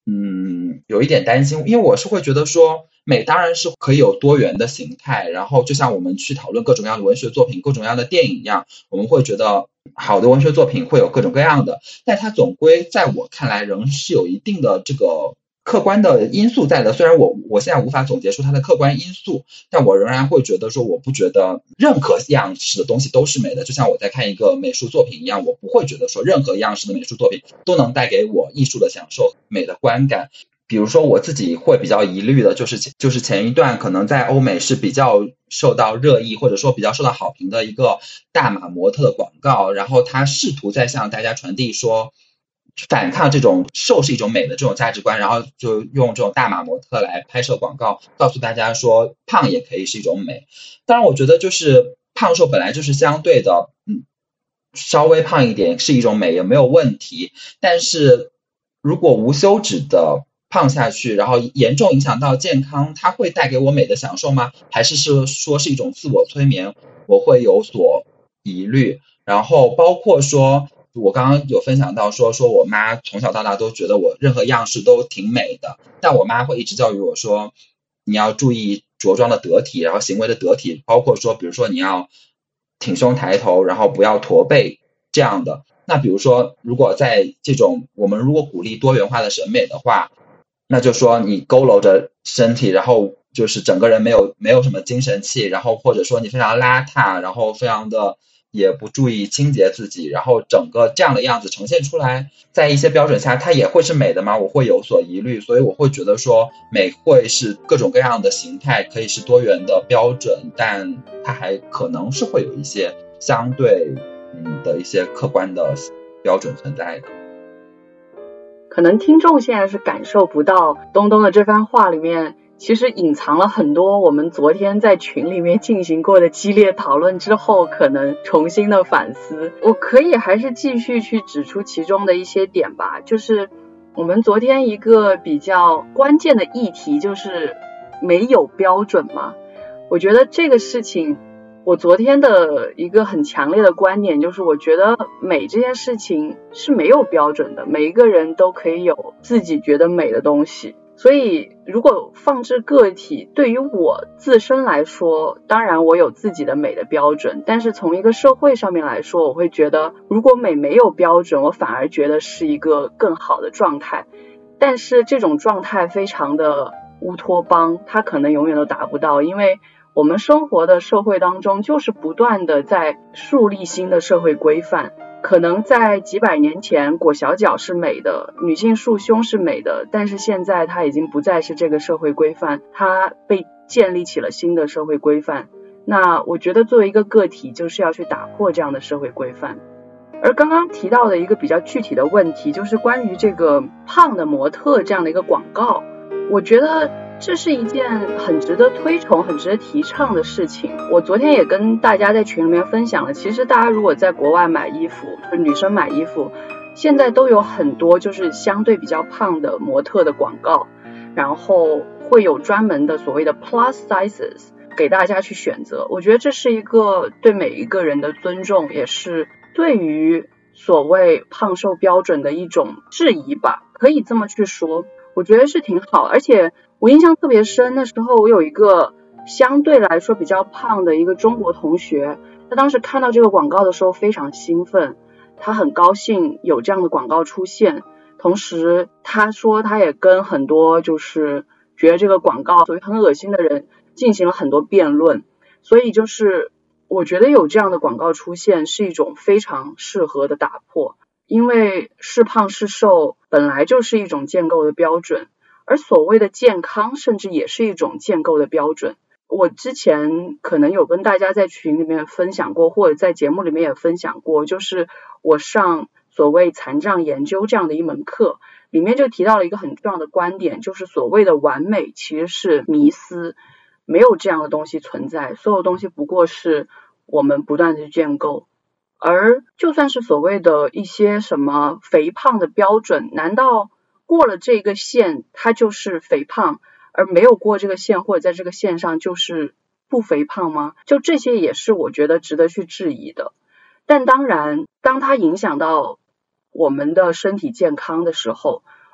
有一点担心，因为我是会觉得说美当然是可以有多元的形态，然后就像我们去讨论各种各样的文学作品、各种各样的电影一样，我们会觉得好的文学作品会有各种各样的，但它总归在我看来仍是有一定的这个客观的因素在的。虽然我现在无法总结出它的客观因素，但我仍然会觉得说，我不觉得任何样式的东西都是美的。就像我在看一个美术作品一样，我不会觉得说任何样式的美术作品都能带给我艺术的享受、美的观感。比如说我自己会比较疑虑的就是前一段可能在欧美是比较受到热议或者说比较受到好评的一个大码模特的广告，然后他试图在向大家传递说反抗这种瘦是一种美的这种价值观，然后就用这种大码模特来拍摄广告，告诉大家说胖也可以是一种美。当然我觉得就是胖瘦本来就是相对的，稍微胖一点是一种美也没有问题，但是如果无休止的胖下去，然后严重影响到健康，它会带给我美的享受吗？还是说是一种自我催眠？我会有所疑虑。然后包括说我刚刚有分享到说我妈从小到大都觉得我任何样式都挺美的，但我妈会一直教育我说你要注意着装的得体，然后行为的得体，包括说比如说你要挺胸抬头，然后不要驼背这样的。那比如说如果在这种我们如果鼓励多元化的审美的话，那就说你佝偻着身体，然后就是整个人没有什么精神气，然后或者说你非常邋遢，然后非常的也不注意清洁自己，然后整个这样的样子呈现出来，在一些标准下它也会是美的吗？我会有所疑虑。所以我会觉得说美会是各种各样的形态，可以是多元的标准，但它还可能是会有一些相对的一些客观的标准存在的。 可能听众现在是感受不到东东的这番话里面其实隐藏了很多我们昨天在群里面进行过的激烈讨论之后可能重新的反思。我可以还是继续去指出其中的一些点吧，就是我们昨天一个比较关键的议题就是没有标准嘛。我觉得这个事情我昨天的一个很强烈的观点就是我觉得美这件事情是没有标准的，每一个人都可以有自己觉得美的东西。所以如果放置个体，对于我自身来说，当然我有自己的美的标准，但是从一个社会上面来说，我会觉得如果美没有标准，我反而觉得是一个更好的状态。但是这种状态非常的乌托邦，它可能永远都达不到，因为我们生活的社会当中就是不断的在树立新的社会规范。可能在几百年前裹小脚是美的，女性束胸是美的，但是现在它已经不再是这个社会规范，它被建立起了新的社会规范。那我觉得作为一个个体就是要去打破这样的社会规范。而刚刚提到的一个比较具体的问题就是关于这个胖的模特这样的一个广告，我觉得这是一件很值得推崇很值得提倡的事情。我昨天也跟大家在群里面分享了，其实大家如果在国外买衣服，女生买衣服现在都有很多就是相对比较胖的模特的广告，然后会有专门的所谓的 plus sizes 给大家去选择。我觉得这是一个对每一个人的尊重，也是对于所谓胖瘦标准的一种质疑吧，可以这么去说，我觉得是挺好。而且我印象特别深，那时候我有一个相对来说比较胖的一个中国同学，他当时看到这个广告的时候非常兴奋，他很高兴有这样的广告出现，同时他说他也跟很多就是觉得这个广告所谓很恶心的人进行了很多辩论。所以就是我觉得有这样的广告出现是一种非常适合的打破，因为是胖是瘦本来就是一种建构的标准，而所谓的健康甚至也是一种建构的标准。我之前可能有跟大家在群里面分享过，或者在节目里面也分享过，就是我上所谓残障研究这样的一门课，里面就提到了一个很重要的观点，就是所谓的完美其实是迷思，没有这样的东西存在，所有东西不过是我们不断的去建构。而就算是所谓的一些什么肥胖的标准，难道过了这个线它就是肥胖，而没有过这个线或者在这个线上就是不肥胖吗？就这些也是我觉得值得去质疑的。但当然当它影响到我们的身体健康的时候，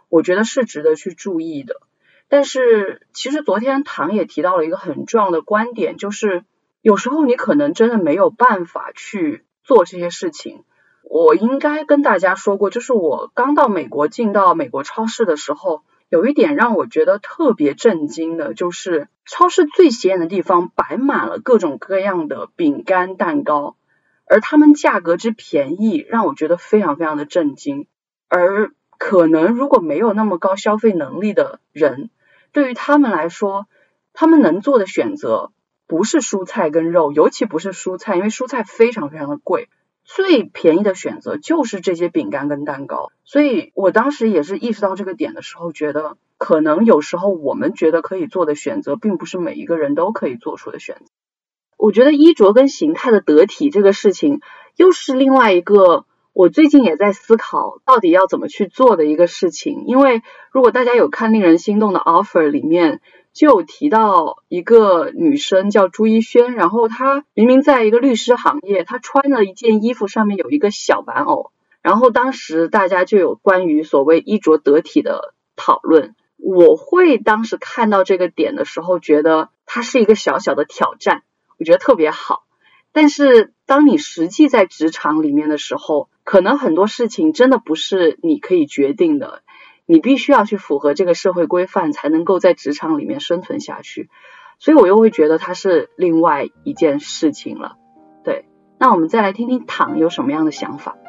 我觉得是值得去注意的。但是其实昨天唐也提到了一个很重要的观点，就是有时候你可能真的没有办法去做这些事情。我应该跟大家说过，就是我刚到美国进到美国超市的时候，有一点让我觉得特别震惊的，就是超市最显眼的地方摆满了各种各样的饼干蛋糕，而它们价格之便宜让我觉得非常非常的震惊。而可能如果没有那么高消费能力的人，对于他们来说，他们能做的选择不是蔬菜跟肉，尤其不是蔬菜，因为蔬菜非常非常的贵，最便宜的选择就是这些饼干跟蛋糕。所以我当时也是意识到这个点的时候，觉得可能有时候我们觉得可以做的选择，并不是每一个人都可以做出的选择。我觉得衣着跟形态的得体这个事情，又是另外一个我最近也在思考到底要怎么去做的一个事情。因为如果大家有看令人心动的 offer 里面就有提到一个女生叫朱一轩，然后她明明在一个律师行业，她穿了一件衣服上面有一个小玩偶，然后当时大家就有关于所谓衣着得体的讨论。我会当时看到这个点的时候觉得它是一个小小的挑战，我觉得特别好。但是当你实际在职场里面的时候，可能很多事情真的不是你可以决定的，你必须要去符合这个社会规范才能够在职场里面生存下去。所以我又会觉得它是另外一件事情了。对，那我们再来听听唐有什么样的想法。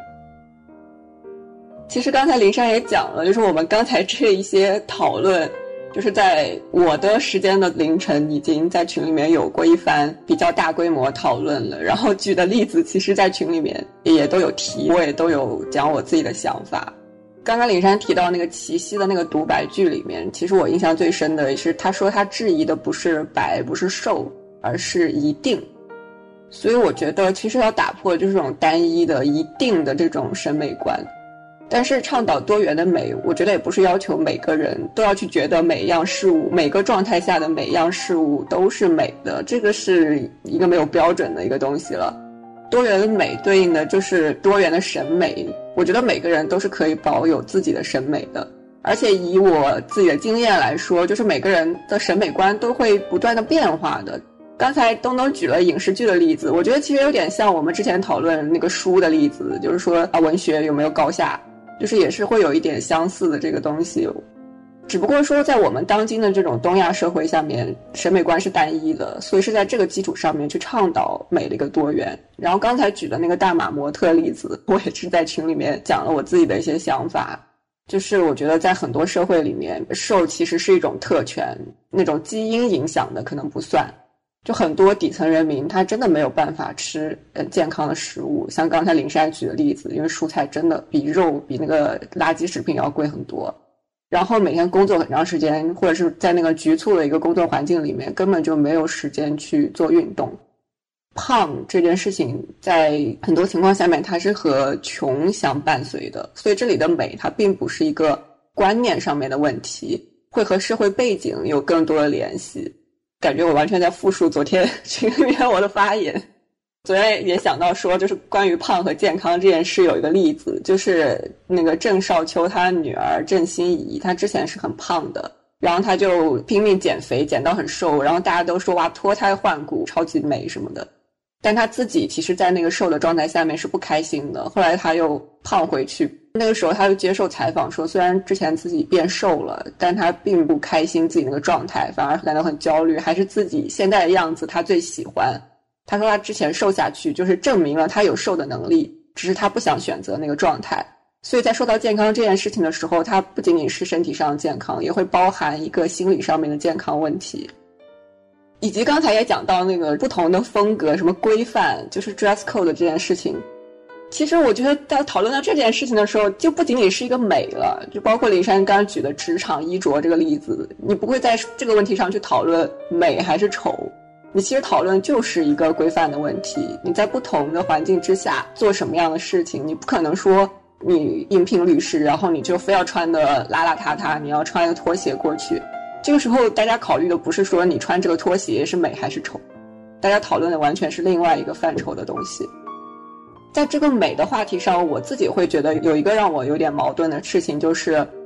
其实刚才林珊也讲了，就是我们刚才这一些讨论，就是在我的时间的凌晨已经在群里面有过一番比较大规模讨论了，然后举的例子其实在群里面也都有提，我也都有讲我自己的想法。刚刚林珊提到那个齐溪的那个独白句里面，其实我印象最深的是他说他质疑的不是白不是瘦，而是一定。所以我觉得其实要打破就是这种单一的一定的这种审美观。但是倡导多元的美，我觉得也不是要求每个人都要去觉得每一样事物，每个状态下的每一样事物都是美的，这个是一个没有标准的一个东西了。多元的美对应的就是多元的审美，我觉得每个人都是可以保有自己的审美的。而且以我自己的经验来说，就是每个人的审美观都会不断的变化的。刚才东东举了影视剧的例子，我觉得其实有点像我们之前讨论那个书的例子，就是说文学有没有高下，就是也是会有一点相似的这个东西。只不过说在我们当今的这种东亚社会下面，审美观是单一的，所以是在这个基础上面去倡导美的一个多元。然后刚才举的那个大码模特例子，我也是在群里面讲了我自己的一些想法。就是我觉得在很多社会里面，瘦其实是一种特权，那种基因影响的可能不算。就很多底层人民他真的没有办法吃健康的食物，像刚才林珊举的例子，因为蔬菜真的比肉比那个垃圾食品要贵很多，然后每天工作很长时间，或者是在那个局促的一个工作环境里面，根本就没有时间去做运动。胖这件事情在很多情况下面它是和穷相伴随的，所以这里的美它并不是一个观念上面的问题，会和社会背景有更多的联系。感觉我完全在复述昨天群里面我的发言。昨天也想到说，就是关于胖和健康这件事有一个例子，就是那个郑少秋他女儿郑欣宜，她之前是很胖的，然后她就拼命减肥，减到很瘦，然后大家都说哇脱胎换骨超级美什么的，但她自己其实在那个瘦的状态下面是不开心的。后来她又胖回去，那个时候她就接受采访说，虽然之前自己变瘦了，但她并不开心自己那个状态，反而感到很焦虑，还是自己现在的样子她最喜欢。她说她之前瘦下去就是证明了她有瘦的能力，只是她不想选择那个状态。所以在说到健康这件事情的时候，它不仅仅是身体上的健康，也会包含一个心理上面的健康问题。以及刚才也讲到那个不同的风格，什么规范，就是 dress code 这件事情。其实我觉得在讨论到这件事情的时候，就不仅仅是一个美了，就包括林珊刚刚举的职场衣着这个例子，你不会在这个问题上去讨论美还是丑，你其实讨论就是一个规范的问题。你在不同的环境之下做什么样的事情，你不可能说你应聘律师，然后你就非要穿的邋邋遢遢，你要穿一个拖鞋过去。这个时候大家考虑的不是说你穿这个拖鞋是美还是丑，大家讨论的完全是另外一个范畴的东西。在这个美的话题上，我自己会觉得有一个让我有点矛盾的事情，就是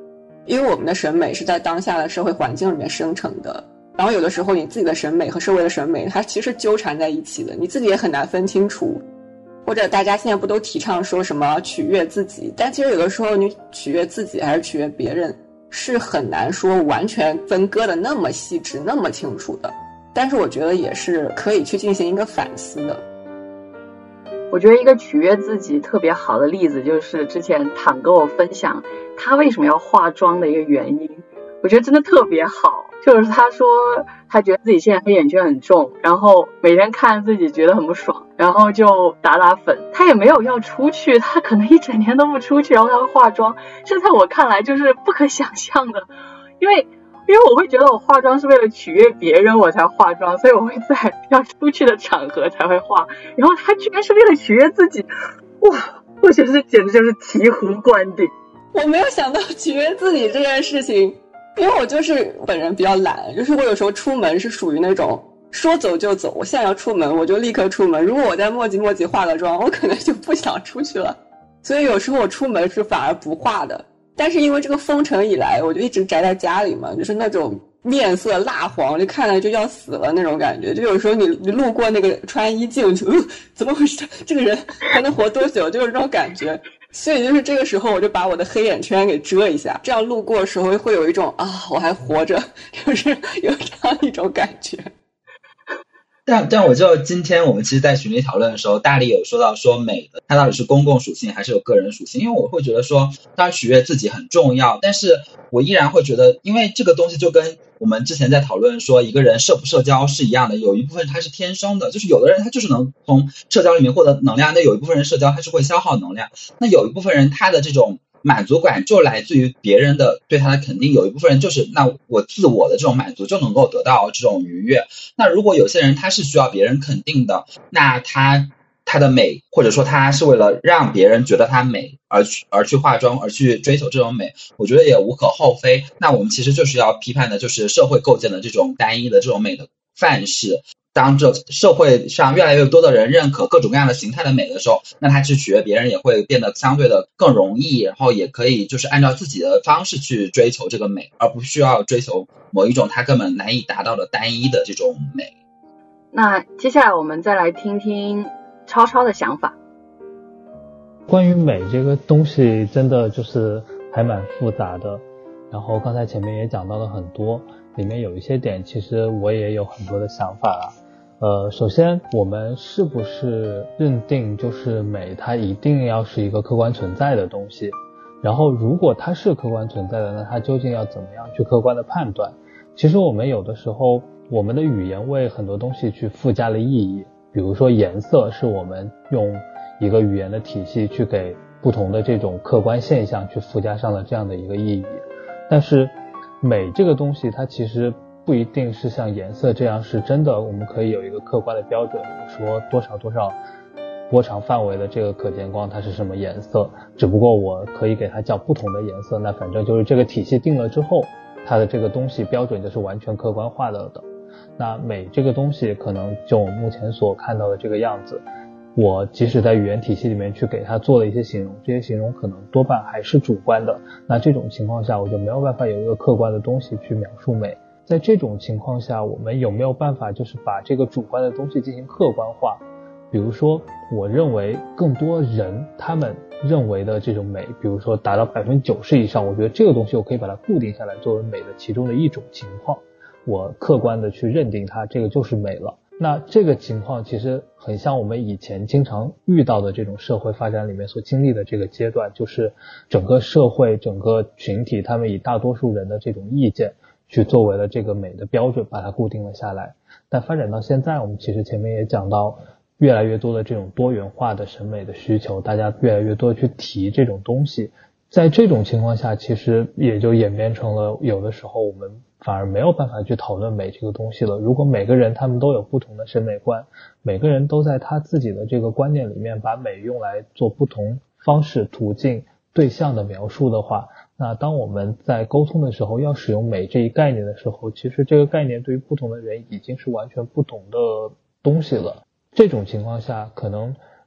因为我们的审美是在当下的社会环境里面生成的，然后有的时候你自己的审美和社会的审美它其实纠缠在一起的，你自己也很难分清楚。或者大家现在不都提倡说什么取悦自己，但其实有的时候你取悦自己还是取悦别人是很难说完全分割的那么细致那么清楚的，但是我觉得也是可以去进行一个反思的。 我觉得一个取悦自己特别好的例子就是之前躺跟我分享他为什么要化妆的一个原因，我觉得真的特别好。就是他说他觉得自己现在黑眼圈很重，然后每天看自己觉得很不爽，然后就打粉。他也没有要出去，他可能一整天都不出去，然后他会化妆，这在我看来就是不可想象的。因为我会觉得我化妆是为了取悦别人我才化妆，所以我会在要出去的场合才会化，然后他居然是为了取悦自己，哇，我觉得这简直就是醍醐灌顶。 我没有想到取悦自己这件事情，因为我就是本人比较懒，就是我有时候出门是属于那种说走就走，我现在要出门我就立刻出门，如果我在磨叽化个妆我可能就不想出去了，所以有时候我出门是反而不化的。但是因为这个封城以来我就一直宅在家里嘛，就是那种面色蜡黄，就看了就要死了那种感觉，就有时候你路过那个穿衣镜就怎么回事，这个人还能活多久，就是这种感觉。所以就是这个时候我就把我的黑眼圈给遮一下，这样路过的时候会有一种我还活着，就是有这样一种感觉。 但我就今天我们其实在群里讨论的时候，大力有说到说美的它到底是公共属性还是有个人属性，因为我会觉得说当然取悦自己很重要，但是我依然会觉得因为这个东西就跟我们之前在讨论说一个人社不社交是一样的，有一部分他是天生的，就是有的人他就是能从社交里面获得能量，那有一部分人社交他是会消耗能量，那有一部分人他的这种满足感就来自于别人的对他的肯定，有一部分人就是那我自我的这种满足就能够得到这种愉悦。那如果有些人他是需要别人肯定的，那他的美或者说他是为了让别人觉得他美而去化妆而去追求这种美，我觉得也无可厚非。那我们其实就是要批判的就是社会构建的这种单一的这种美的范式，当这社会上越来越多的人认可各种各样的形态的美的时候，那他去取悦别人也会变得相对的更容易，然后也可以就是按照自己的方式去追求这个美，而不需要追求某一种他根本难以达到的单一的这种美。 那接下来我们再来听听超超的想法。 关于美这个东西真的就是还蛮复杂的，然后刚才前面也讲到了很多，里面有一些点其实我也有很多的想法啦。首先我们是不是认定就是美它一定要是一个客观存在的东西，然后如果它是客观存在的，那它究竟要怎么样去客观的判断。其实我们有的时候我们的语言为很多东西去附加了意义，比如说颜色是我们用一个语言的体系去给不同的这种客观现象去附加上了这样的一个意义，但是美这个东西它其实不一定是像颜色这样是真的我们可以有一个客观的标准，说多少波长范围的这个可见光它是什么颜色，只不过我可以给它叫不同的颜色，那反正就是这个体系定了之后，它的这个东西标准就是完全客观化的。那美这个东西可能就我目前所看到的这个样子，我即使在语言体系里面去给它做了一些形容，这些形容可能多半还是主观的，那这种情况下我就没有办法有一个客观的东西去描述美。在这种情况下我们有没有办法就是把这个主观的东西进行客观化，比如说我认为更多人他们认为的这种美，比如说达到 90% 以上，我觉得这个东西我可以把它固定下来作为美的其中的一种情况，我客观的去认定它这个就是美了。那这个情况其实很像我们以前经常遇到的这种社会发展里面所经历的这个阶段，就是整个社会整个群体他们以大多数人的这种意见去作为了这个美的标准，把它固定了下来。但发展到现在，我们其实前面也讲到越来越多的这种多元化的审美的需求，大家越来越多去提这种东西，在这种情况下其实也就演变成了有的时候我们反而没有办法去讨论美这个东西了。如果每个人他们都有不同的审美观，每个人都在他自己的这个观念里面把美用来做不同方式途径对象的描述的话，那当我们在沟通的时候要使用美这一概念的时候，其实这个概念对于不同的人已经是完全不同的东西了。这种情况下可能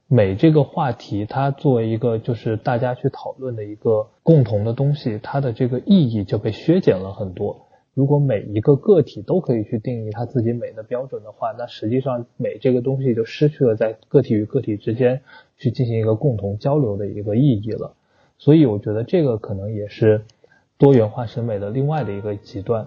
美这个话题它作为一个就是大家去讨论的一个共同的东西，它的这个意义就被削减了很多。如果每一个个体都可以去定义他自己美的标准的话，那实际上美这个东西就失去了在个体与个体之间去进行一个共同交流的一个意义了。所以我觉得这个可能也是多元化审美的另外的一个极端。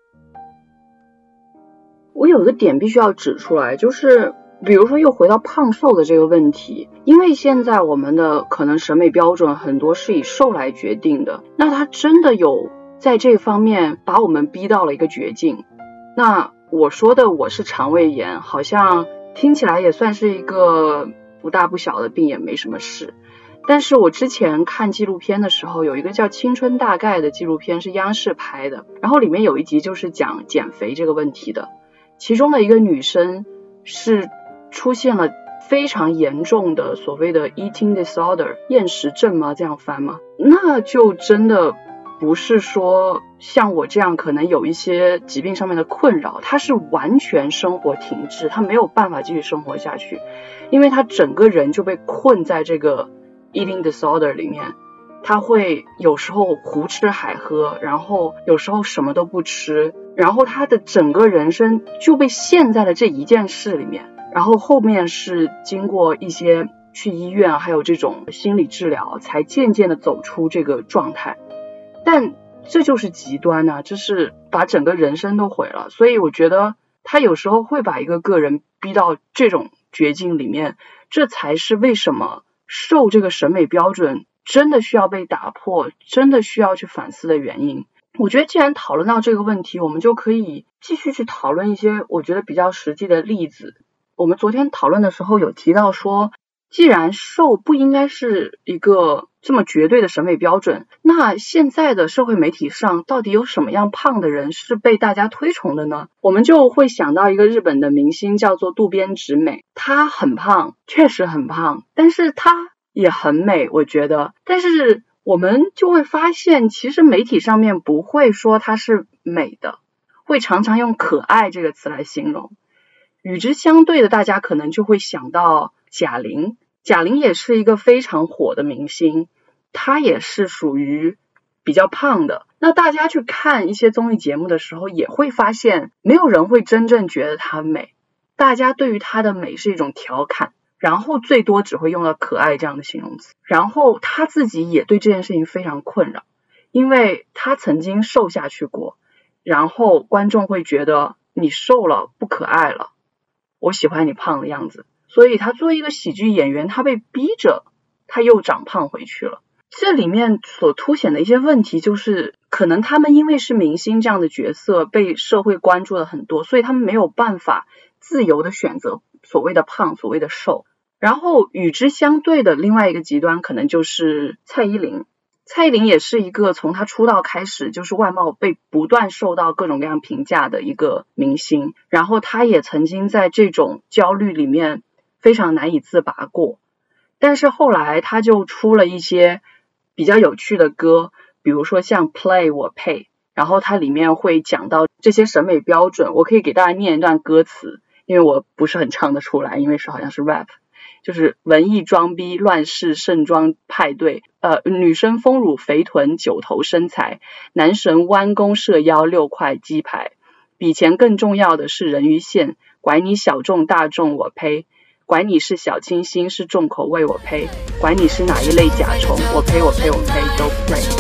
我有一个点必须要指出来，就是比如说又回到胖瘦的这个问题，因为现在我们的可能审美标准很多是以瘦来决定的，那它真的有在这方面把我们逼到了一个绝境。那我说的我是肠胃炎，好像听起来也算是一个不大不小的病，也没什么事。但是我之前看纪录片的时候，有一个叫《青春大概》的纪录片，是央视拍的，然后里面有一集就是讲减肥这个问题的，其中的一个女生是出现了非常严重的所谓的 eating disorder 厌食症吗？这样翻吗？那就真的不是说像我这样可能有一些疾病上面的困扰，他是完全生活停滞，他没有办法继续生活下去，因为他整个人就被困在这个 eating disorder 里面。他会有时候胡吃海喝，然后有时候什么都不吃，然后他的整个人生就被陷在了这一件事里面。然后后面是经过一些去医院还有这种心理治疗，才渐渐的走出这个状态。但这就是极端啊，这是把整个人生都毁了。所以我觉得他有时候会把一个个人逼到这种绝境里面，这才是为什么瘦这个审美标准真的需要被打破，真的需要去反思的原因。我觉得既然讨论到这个问题，我们就可以继续去讨论一些我觉得比较实际的例子。我们昨天讨论的时候有提到说，既然瘦不应该是一个这么绝对的审美标准，那现在的社会媒体上到底有什么样胖的人是被大家推崇的呢？我们就会想到一个日本的明星叫做渡边直美，她很胖，确实很胖，但是她也很美，我觉得。但是我们就会发现，其实媒体上面不会说她是美的，会常常用可爱这个词来形容。与之相对的，大家可能就会想到贾玲。贾玲也是一个非常火的明星，她也是属于比较胖的。那大家去看一些综艺节目的时候，也会发现没有人会真正觉得她美，大家对于她的美是一种调侃，然后最多只会用到可爱这样的形容词。然后她自己也对这件事情非常困扰，因为她曾经瘦下去过，然后观众会觉得你瘦了不可爱了，我喜欢你胖的样子。所以他作为一个喜剧演员，他被逼着他又长胖回去了。这里面所凸显的一些问题就是，可能他们因为是明星这样的角色被社会关注了很多，所以他们没有办法自由的选择所谓的胖所谓的瘦。然后与之相对的另外一个极端可能就是蔡依林。蔡依林也是一个从她出道开始就是外貌被不断受到各种各样评价的一个明星，然后她也曾经在这种焦虑里面非常难以自拔过，但是后来他就出了一些比较有趣的歌，比如说像 Play 我配，然后它里面会讲到这些审美标准。我可以给大家念一段歌词，因为我不是很唱得出来，因为好像是 rap， 就是文艺装逼乱世盛装派对，女生丰乳肥臀九头身材，男神弯弓射腰6块鸡排，比钱更重要的是人鱼线，管你小众大众我呸，管你是小清新是重口味我呸，管你是哪一类甲虫我呸我呸我呸都 play。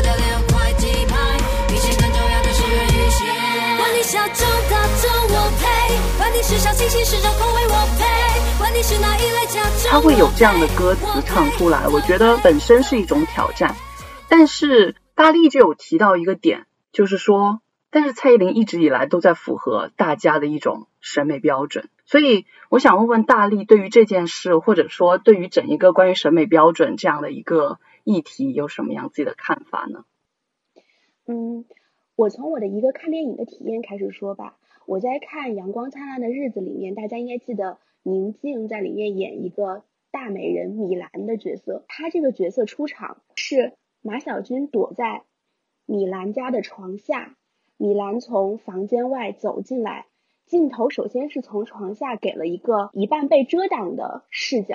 管你小众大众我呸，管你是小清新是重口味我呸，管你是哪一类甲虫。 他会有这样的歌词唱出来，我觉得本身是一种挑战。但是大力就有提到一个点，就是说但是蔡依林一直以来都在符合大家的一种审美标准。所以我想问问大力，对于这件事，或者说对于整一个关于审美标准这样的一个议题，有什么样自己的看法呢？ 我从我的一个看电影的体验开始说吧。我在看《阳光灿烂的日子》里面，大家应该记得宁静在里面演一个大美人米兰的角色。她这个角色出场是马小军躲在米兰家的床下，米兰从房间外走进来，镜头首先是从床下给了一个一半被遮挡的视角，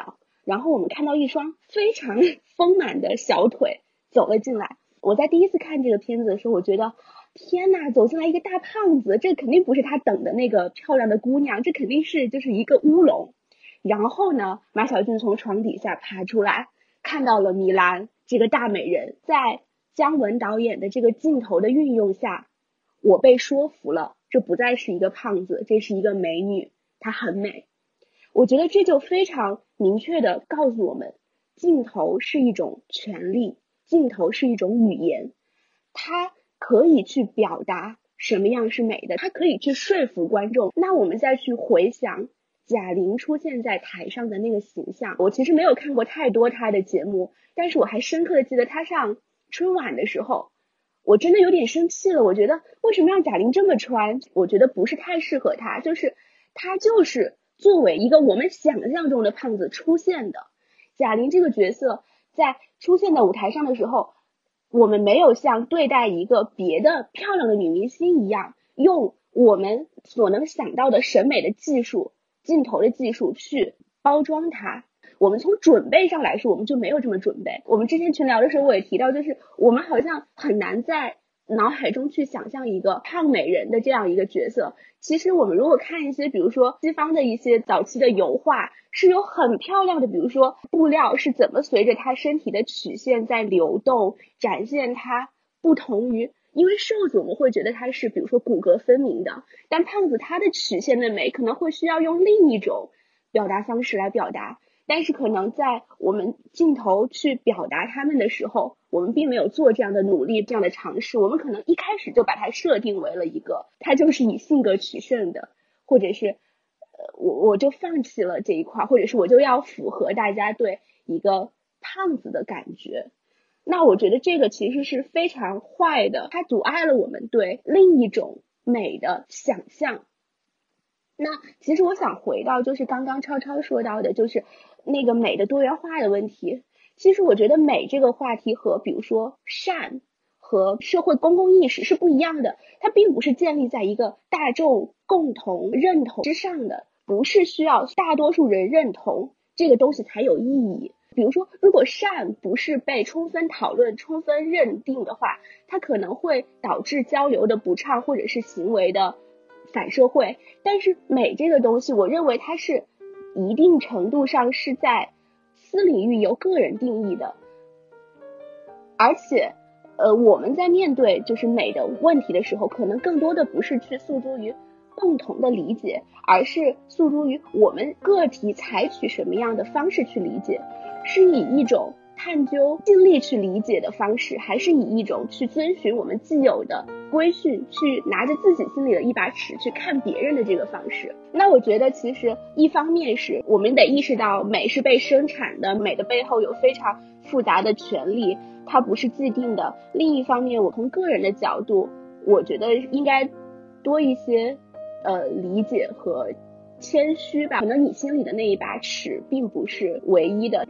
然后我们看到一双非常丰满的小腿走了进来。我在第一次看这个片子的时候，我觉得天哪，走进来一个大胖子，这肯定不是他等的那个漂亮的姑娘，这肯定是就是一个乌龙。然后呢，马小俊从床底下爬出来，看到了米兰这个大美人。在姜文导演的这个镜头的运用下，我被说服了，这不再是一个胖子，这是一个美女，她很美。我觉得这就非常明确的告诉我们，镜头是一种权利，镜头是一种语言，它可以去表达什么样是美的，它可以去说服观众。那我们再去回想贾玲出现在台上的那个形象，我其实没有看过太多她的节目，但是我还深刻的记得她上春晚的时候，我真的有点生气了。我觉得为什么让贾玲这么穿，我觉得不是太适合她，就是她就是作为一个我们想象中的胖子出现的。贾玲这个角色在出现在舞台上的时候，我们没有像对待一个别的漂亮的女明星一样，用我们所能想到的审美的技术、镜头的技术去包装它。我们从准备上来说，我们就没有这么准备。我们之前群聊的时候我也提到，就是我们好像很难在脑海中去想象一个胖美人的这样一个角色。其实我们如果看一些比如说西方的一些早期的油画，是有很漂亮的，比如说布料是怎么随着她身体的曲线在流动，展现她不同于，因为瘦子我们会觉得她是比如说骨骼分明的，但胖子她的曲线的美可能会需要用另一种表达方式来表达。但是可能在我们镜头去表达他们的时候，我们并没有做这样的努力，这样的尝试。我们可能一开始就把它设定为了一个他就是以性格取胜的，或者是我就放弃了这一块，或者是我就要符合大家对一个胖子的感觉。那我觉得这个其实是非常坏的，它阻碍了我们对另一种美的想象。那其实我想回到就是刚刚超超说到的，就是那个美的多元化的问题。其实我觉得美这个话题和比如说善和社会公共意识是不一样的，它并不是建立在一个大众共同认同之上的，不是需要大多数人认同这个东西才有意义。比如说如果善不是被充分讨论、充分认定的话，它可能会导致交流的不畅，或者是行为的反社会。但是美这个东西，我认为它是一定程度上是在私领域由个人定义的，而且我们在面对就是美的问题的时候，可能更多的不是去诉诸于共同的理解，而是诉诸于我们个体采取什么样的方式去理解，是以一种探究、尽力去理解的方式，还是以一种去遵循我们既有的规训，去拿着自己心里的一把尺去看别人的这个方式。那我觉得其实一方面是我们得意识到美是被生产的，美的背后有非常复杂的权利，它不是既定的。另一方面，我从个人的角度，我觉得应该多一些理解和谦虚吧。可能你心里的那一把尺并不是唯一的。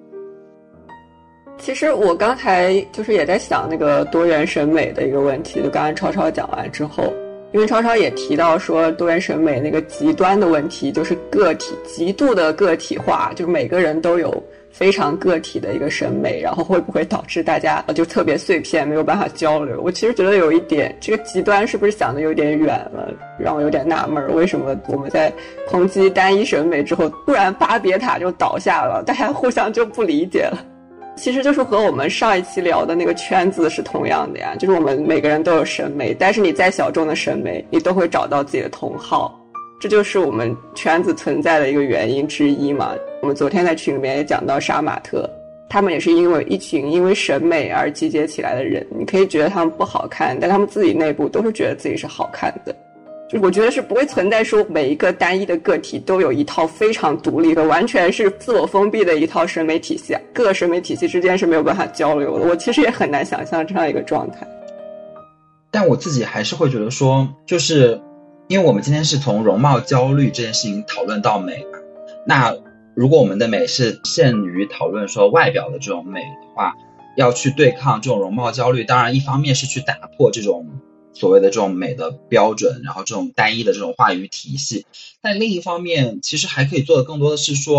其实我刚才就是也在想那个多元审美的一个问题，就刚才超超讲完之后，因为超超也提到说多元审美那个极端的问题，就是个体极度的个体化，就是每个人都有非常个体的一个审美，然后会不会导致大家就特别碎片，没有办法交流。我其实觉得有一点这个极端是不是想的有点远了，让我有点纳闷，为什么我们在抨击单一审美之后，突然巴别塔就倒下了，大家互相就不理解了。其实就是和我们上一期聊的那个圈子是同样的呀，就是我们每个人都有审美，但是你再小众的审美你都会找到自己的同好，这就是我们圈子存在的一个原因之一嘛。我们昨天在群里面也讲到杀马特，他们也是因为一群因为审美而集结起来的人，你可以觉得他们不好看，但他们自己内部都是觉得自己是好看的。就是我觉得是不会存在说每一个单一的个体都有一套非常独立的完全是自我封闭的一套审美体系，各个审美体系之间是没有办法交流的。我其实也很难想象这样一个状态。 但我自己还是会觉得说，就是因为我们今天是从容貌焦虑这件事情讨论到美嘛，那如果我们的美是限于讨论说外表的这种美的话，要去对抗这种容貌焦虑，当然一方面是去打破这种所谓的这种美的标准，然后这种单一的这种话语体系，但另一方面其实还可以做的更多的是说，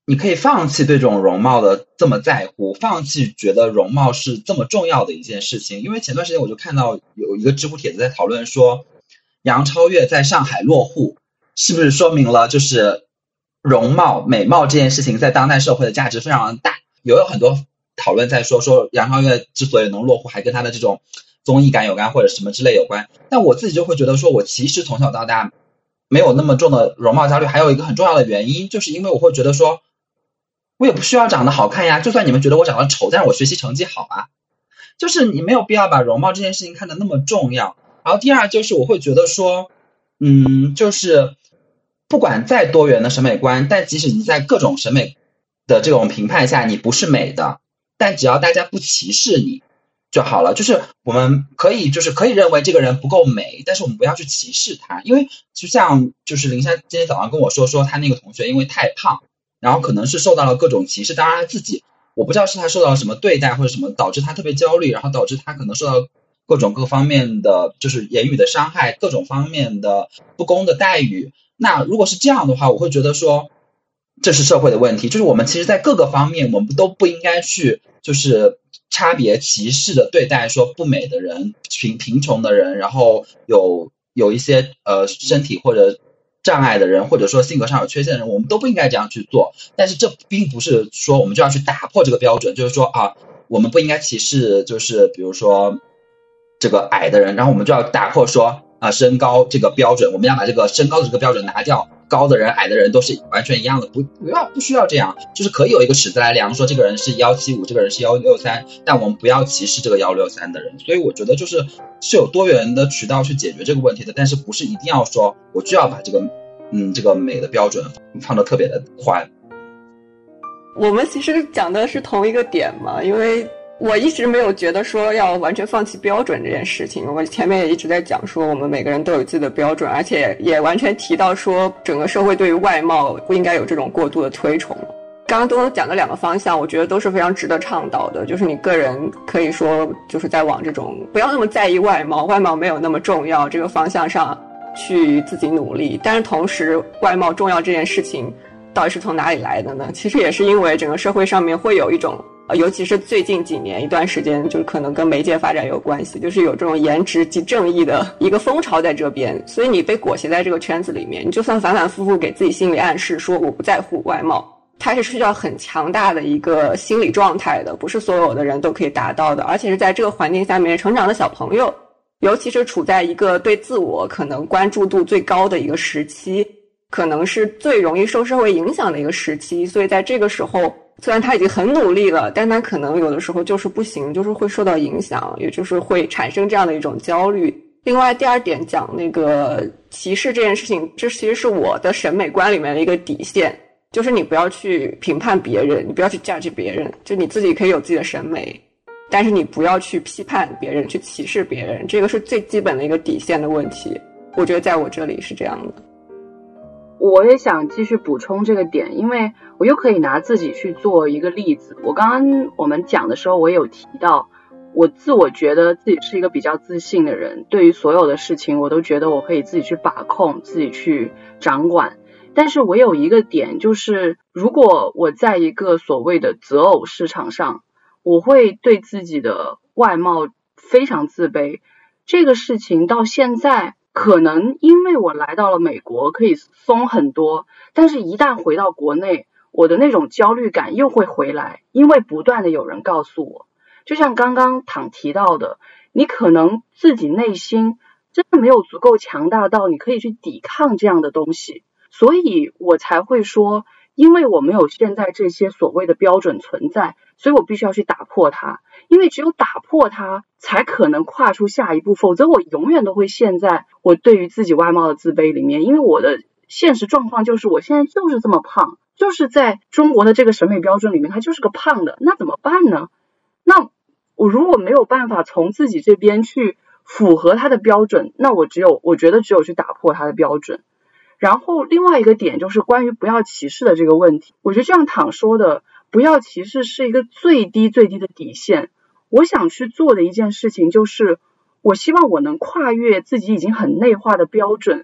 你可以放弃对这种容貌的这么在乎，放弃觉得容貌是这么重要的一件事情。因为前段时间我就看到有一个知乎帖子在讨论说，杨超越在上海落户，是不是说明了就是容貌美貌这件事情在当代社会的价值非常的大。也有很多讨论在说杨超越之所以能落户还跟她的这种综艺感有关或者什么之类有关。但我自己就会觉得说，我其实从小到大没有那么重的容貌焦虑，还有一个很重要的原因，就是因为我会觉得说我也不需要长得好看呀，就算你们觉得我长得丑，但是我学习成绩好啊，就是你没有必要把容貌这件事情看得那么重要。然后第二就是我会觉得说就是不管再多元的审美观，但即使你在各种审美的这种评判下你不是美的，但只要大家不歧视你就好了。就是我们可以认为这个人不够美，但是我们不要去歧视他。因为就像就是林珊今天早上跟我说他那个同学因为太胖，然后可能是受到了各种歧视，当然他自己我不知道是他受到了什么对待或者什么导致他特别焦虑，然后导致他可能受到各方面的就是言语的伤害，各种方面的不公的待遇。那如果是这样的话，我会觉得说这是社会的问题，就是我们其实在各个方面我们都不应该去就是差别歧视的对待说不美的人、贫穷的人，然后有一些身体或者障碍的人，或者说性格上有缺陷的人，我们都不应该这样去做。但是这并不是说我们就要去打破这个标准，就是说我们不应该歧视就是比如说这个矮的人，然后我们就要打破说身高这个标准，我们要把这个身高的这个标准拿掉，高的人矮的人都是完全一样的，不需要这样，就是可以有一个尺子来量，说这个人是175，这个人是163，但我们不要歧视这个163的人。所以我觉得就是有多元的渠道去解决这个问题的，但是不是一定要说我就要把这个美的标准放得特别的宽。 我们其实讲的是同一个点嘛，因为我一直没有觉得说要完全放弃标准这件事情。我前面也一直在讲说我们每个人都有自己的标准，而且也完全提到说整个社会对于外貌不应该有这种过度的推崇。刚刚都讲的两个方向我觉得都是非常值得倡导的，就是你个人可以说就是在往这种不要那么在意外貌没有那么重要这个方向上去自己努力。但是同时外貌重要这件事情到底是从哪里来的呢？其实也是因为整个社会上面会有一种尤其是最近几年一段时间，就是可能跟媒介发展有关系，就是有这种颜值即正义的一个风潮在这边，所以你被裹挟在这个圈子里面，你就算反反复复给自己心理暗示说我不在乎外貌，它是需要很强大的一个心理状态的，不是所有的人都可以达到的。而且是在这个环境下面成长的小朋友，尤其是处在一个对自我可能关注度最高的一个时期，可能是最容易受社会影响的一个时期，所以在这个时候虽然他已经很努力了，但他可能有的时候就是不行，就是会受到影响，也就是会产生这样的一种焦虑。另外第二点讲那个歧视这件事情，这其实是我的审美观里面的一个底线，就是你不要去评判别人，你不要去 judge 别人，就你自己可以有自己的审美，但是你不要去批判别人，去歧视别人，这个是最基本的一个底线的问题。我觉得在我这里是这样的。 我也想继续补充这个点，因为我又可以拿自己去做一个例子。我们讲的时候我也有提到，我觉得自己是一个比较自信的人，对于所有的事情我都觉得我可以自己去把控，自己去掌管。但是我有一个点，就是如果我在一个所谓的择偶市场上，我会对自己的外貌非常自卑。这个事情到现在可能因为我来到了美国可以松很多，但是一旦回到国内，我的那种焦虑感又会回来，因为不断的有人告诉我，就像刚刚唐提到的，你可能自己内心真的没有足够强大到你可以去抵抗这样的东西，所以我才会说，因为我没有现在这些所谓的标准存在，所以我必须要去打破它，因为只有打破它才可能跨出下一步，否则我永远都会陷在我对于自己外貌的自卑里面。因为我的现实状况就是我现在就是这么胖，就是在中国的这个审美标准里面它就是个胖的，那怎么办呢？那我如果没有办法从自己这边去符合它的标准，那我觉得只有去打破它的标准。然后另外一个点就是关于不要歧视的这个问题，我觉得就像唐说的，不要歧视是一个最低最低的底线。我想去做的一件事情就是，我希望我能跨越自己已经很内化的标准，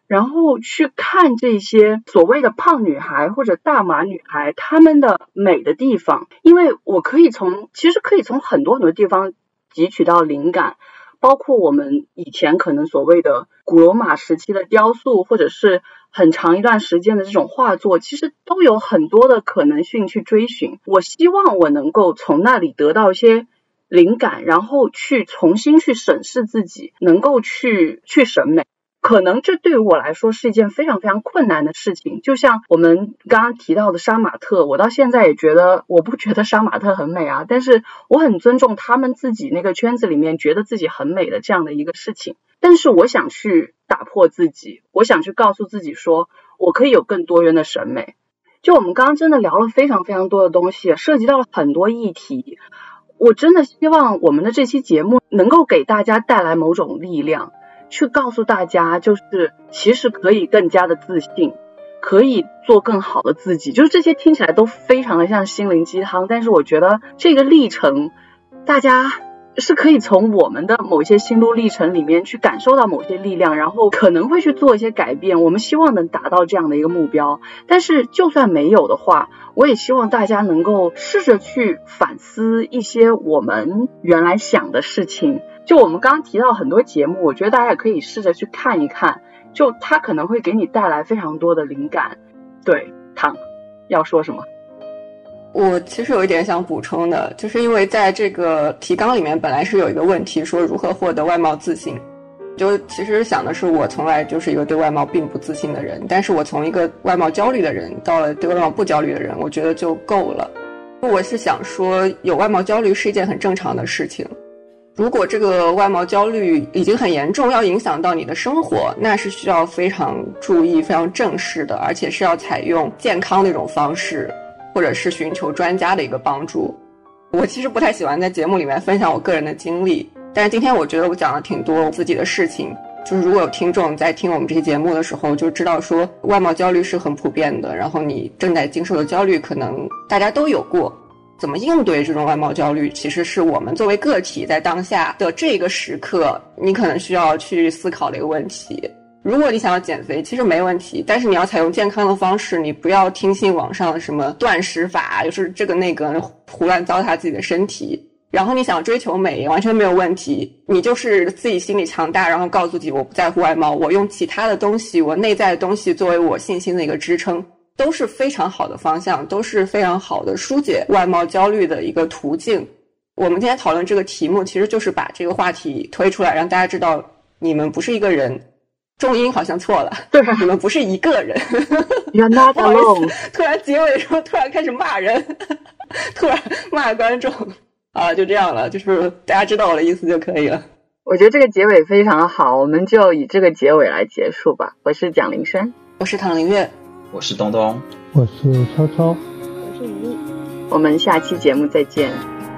然后去看这些所谓的胖女孩或者大码女孩她们的美的地方，因为我其实可以从很多很多地方汲取到灵感，包括我们以前可能所谓的古罗马时期的雕塑，或者是很长一段时间的这种画作，其实都有很多的可能性去追寻。我希望我能够从那里得到一些灵感，然后去重新去审视自己，能够去审美。可能这对于我来说是一件非常非常困难的事情，就像我们刚刚提到的杀马特，我到现在也觉得我不觉得杀马特很美啊，但是我很尊重他们自己那个圈子里面觉得自己很美的这样的一个事情。但是我想去打破自己，我想去告诉自己说我可以有更多元的审美。就我们刚刚真的聊了非常非常多的东西，涉及到了很多议题，我真的希望我们的这期节目能够给大家带来某种力量，去告诉大家就是其实可以更加的自信，可以做更好的自己。就是这些听起来都非常的像心灵鸡汤，但是我觉得这个历程大家是可以从我们的某些心路历程里面去感受到某些力量，然后可能会去做一些改变。我们希望能达到这样的一个目标，但是就算没有的话，我也希望大家能够试着去反思一些我们原来想的事情。就我们刚刚提到很多节目，我觉得大家也可以试着去看一看，就它可能会给你带来非常多的灵感。对，唐要说什么？ 我其实有一点想补充的，就是因为在这个提纲里面本来是有一个问题说如何获得外貌自信，就其实想的是我从来就是一个对外貌并不自信的人，但是我从一个外貌焦虑的人到了对外貌不焦虑的人，我觉得就够了。我是想说有外貌焦虑是一件很正常的事情，如果这个外貌焦虑已经很严重，要影响到你的生活，那是需要非常注意非常正视的，而且是要采用健康的一种方式，或者是寻求专家的一个帮助。我其实不太喜欢在节目里面分享我个人的经历，但是今天我觉得我讲了挺多我自己的事情，就是如果有听众在听我们这期节目的时候就知道说外貌焦虑是很普遍的，然后你正在经受的焦虑可能大家都有过，怎么应对这种外貌焦虑其实是我们作为个体在当下的这个时刻你可能需要去思考的一个问题。如果你想要减肥其实没问题，但是你要采用健康的方式，你不要听信网上的什么断食法，就是这个那个胡乱糟蹋自己的身体。然后你想追求美也完全没有问题，你就是自己心理强大，然后告诉自己我不在乎外貌，我用其他的东西，我内在的东西作为我信心的一个支撑，都是非常好的方向，都是非常好的疏解外貌焦虑的一个途径。我们今天讨论这个题目其实就是把这个话题推出来，让大家知道你们不是一个人，重音好像错了，对，你们不是一个人。 You're not alone。 突然结尾的时候突然开始骂人，突然骂观众啊，就这样了，就是大家知道我的意思就可以了。 我觉得这个结尾非常好，我们就以这个结尾来结束吧。我是蒋灵轩， 我是唐林月， 我是东东， 我是超超， 我是雨丽， 我们下期节目再见。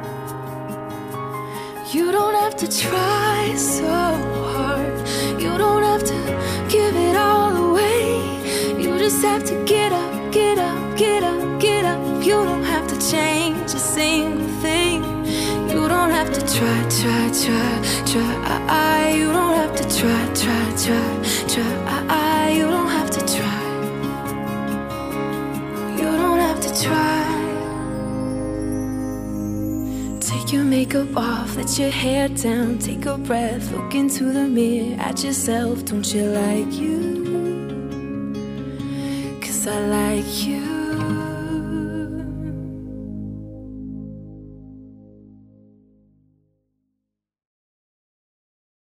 You don't have to try so hard, you don't have to give it all away, you just have to get up, get up, get up, get up. You don't have to change a single thing, you don't have to try, try, try, try. You don't have to try, try, try, try. You don't have to try, you don't have to try. Take your makeup off, let your hair down, take a breath, look into the mirror at yourself. Don't you like you? 'Cause I like you.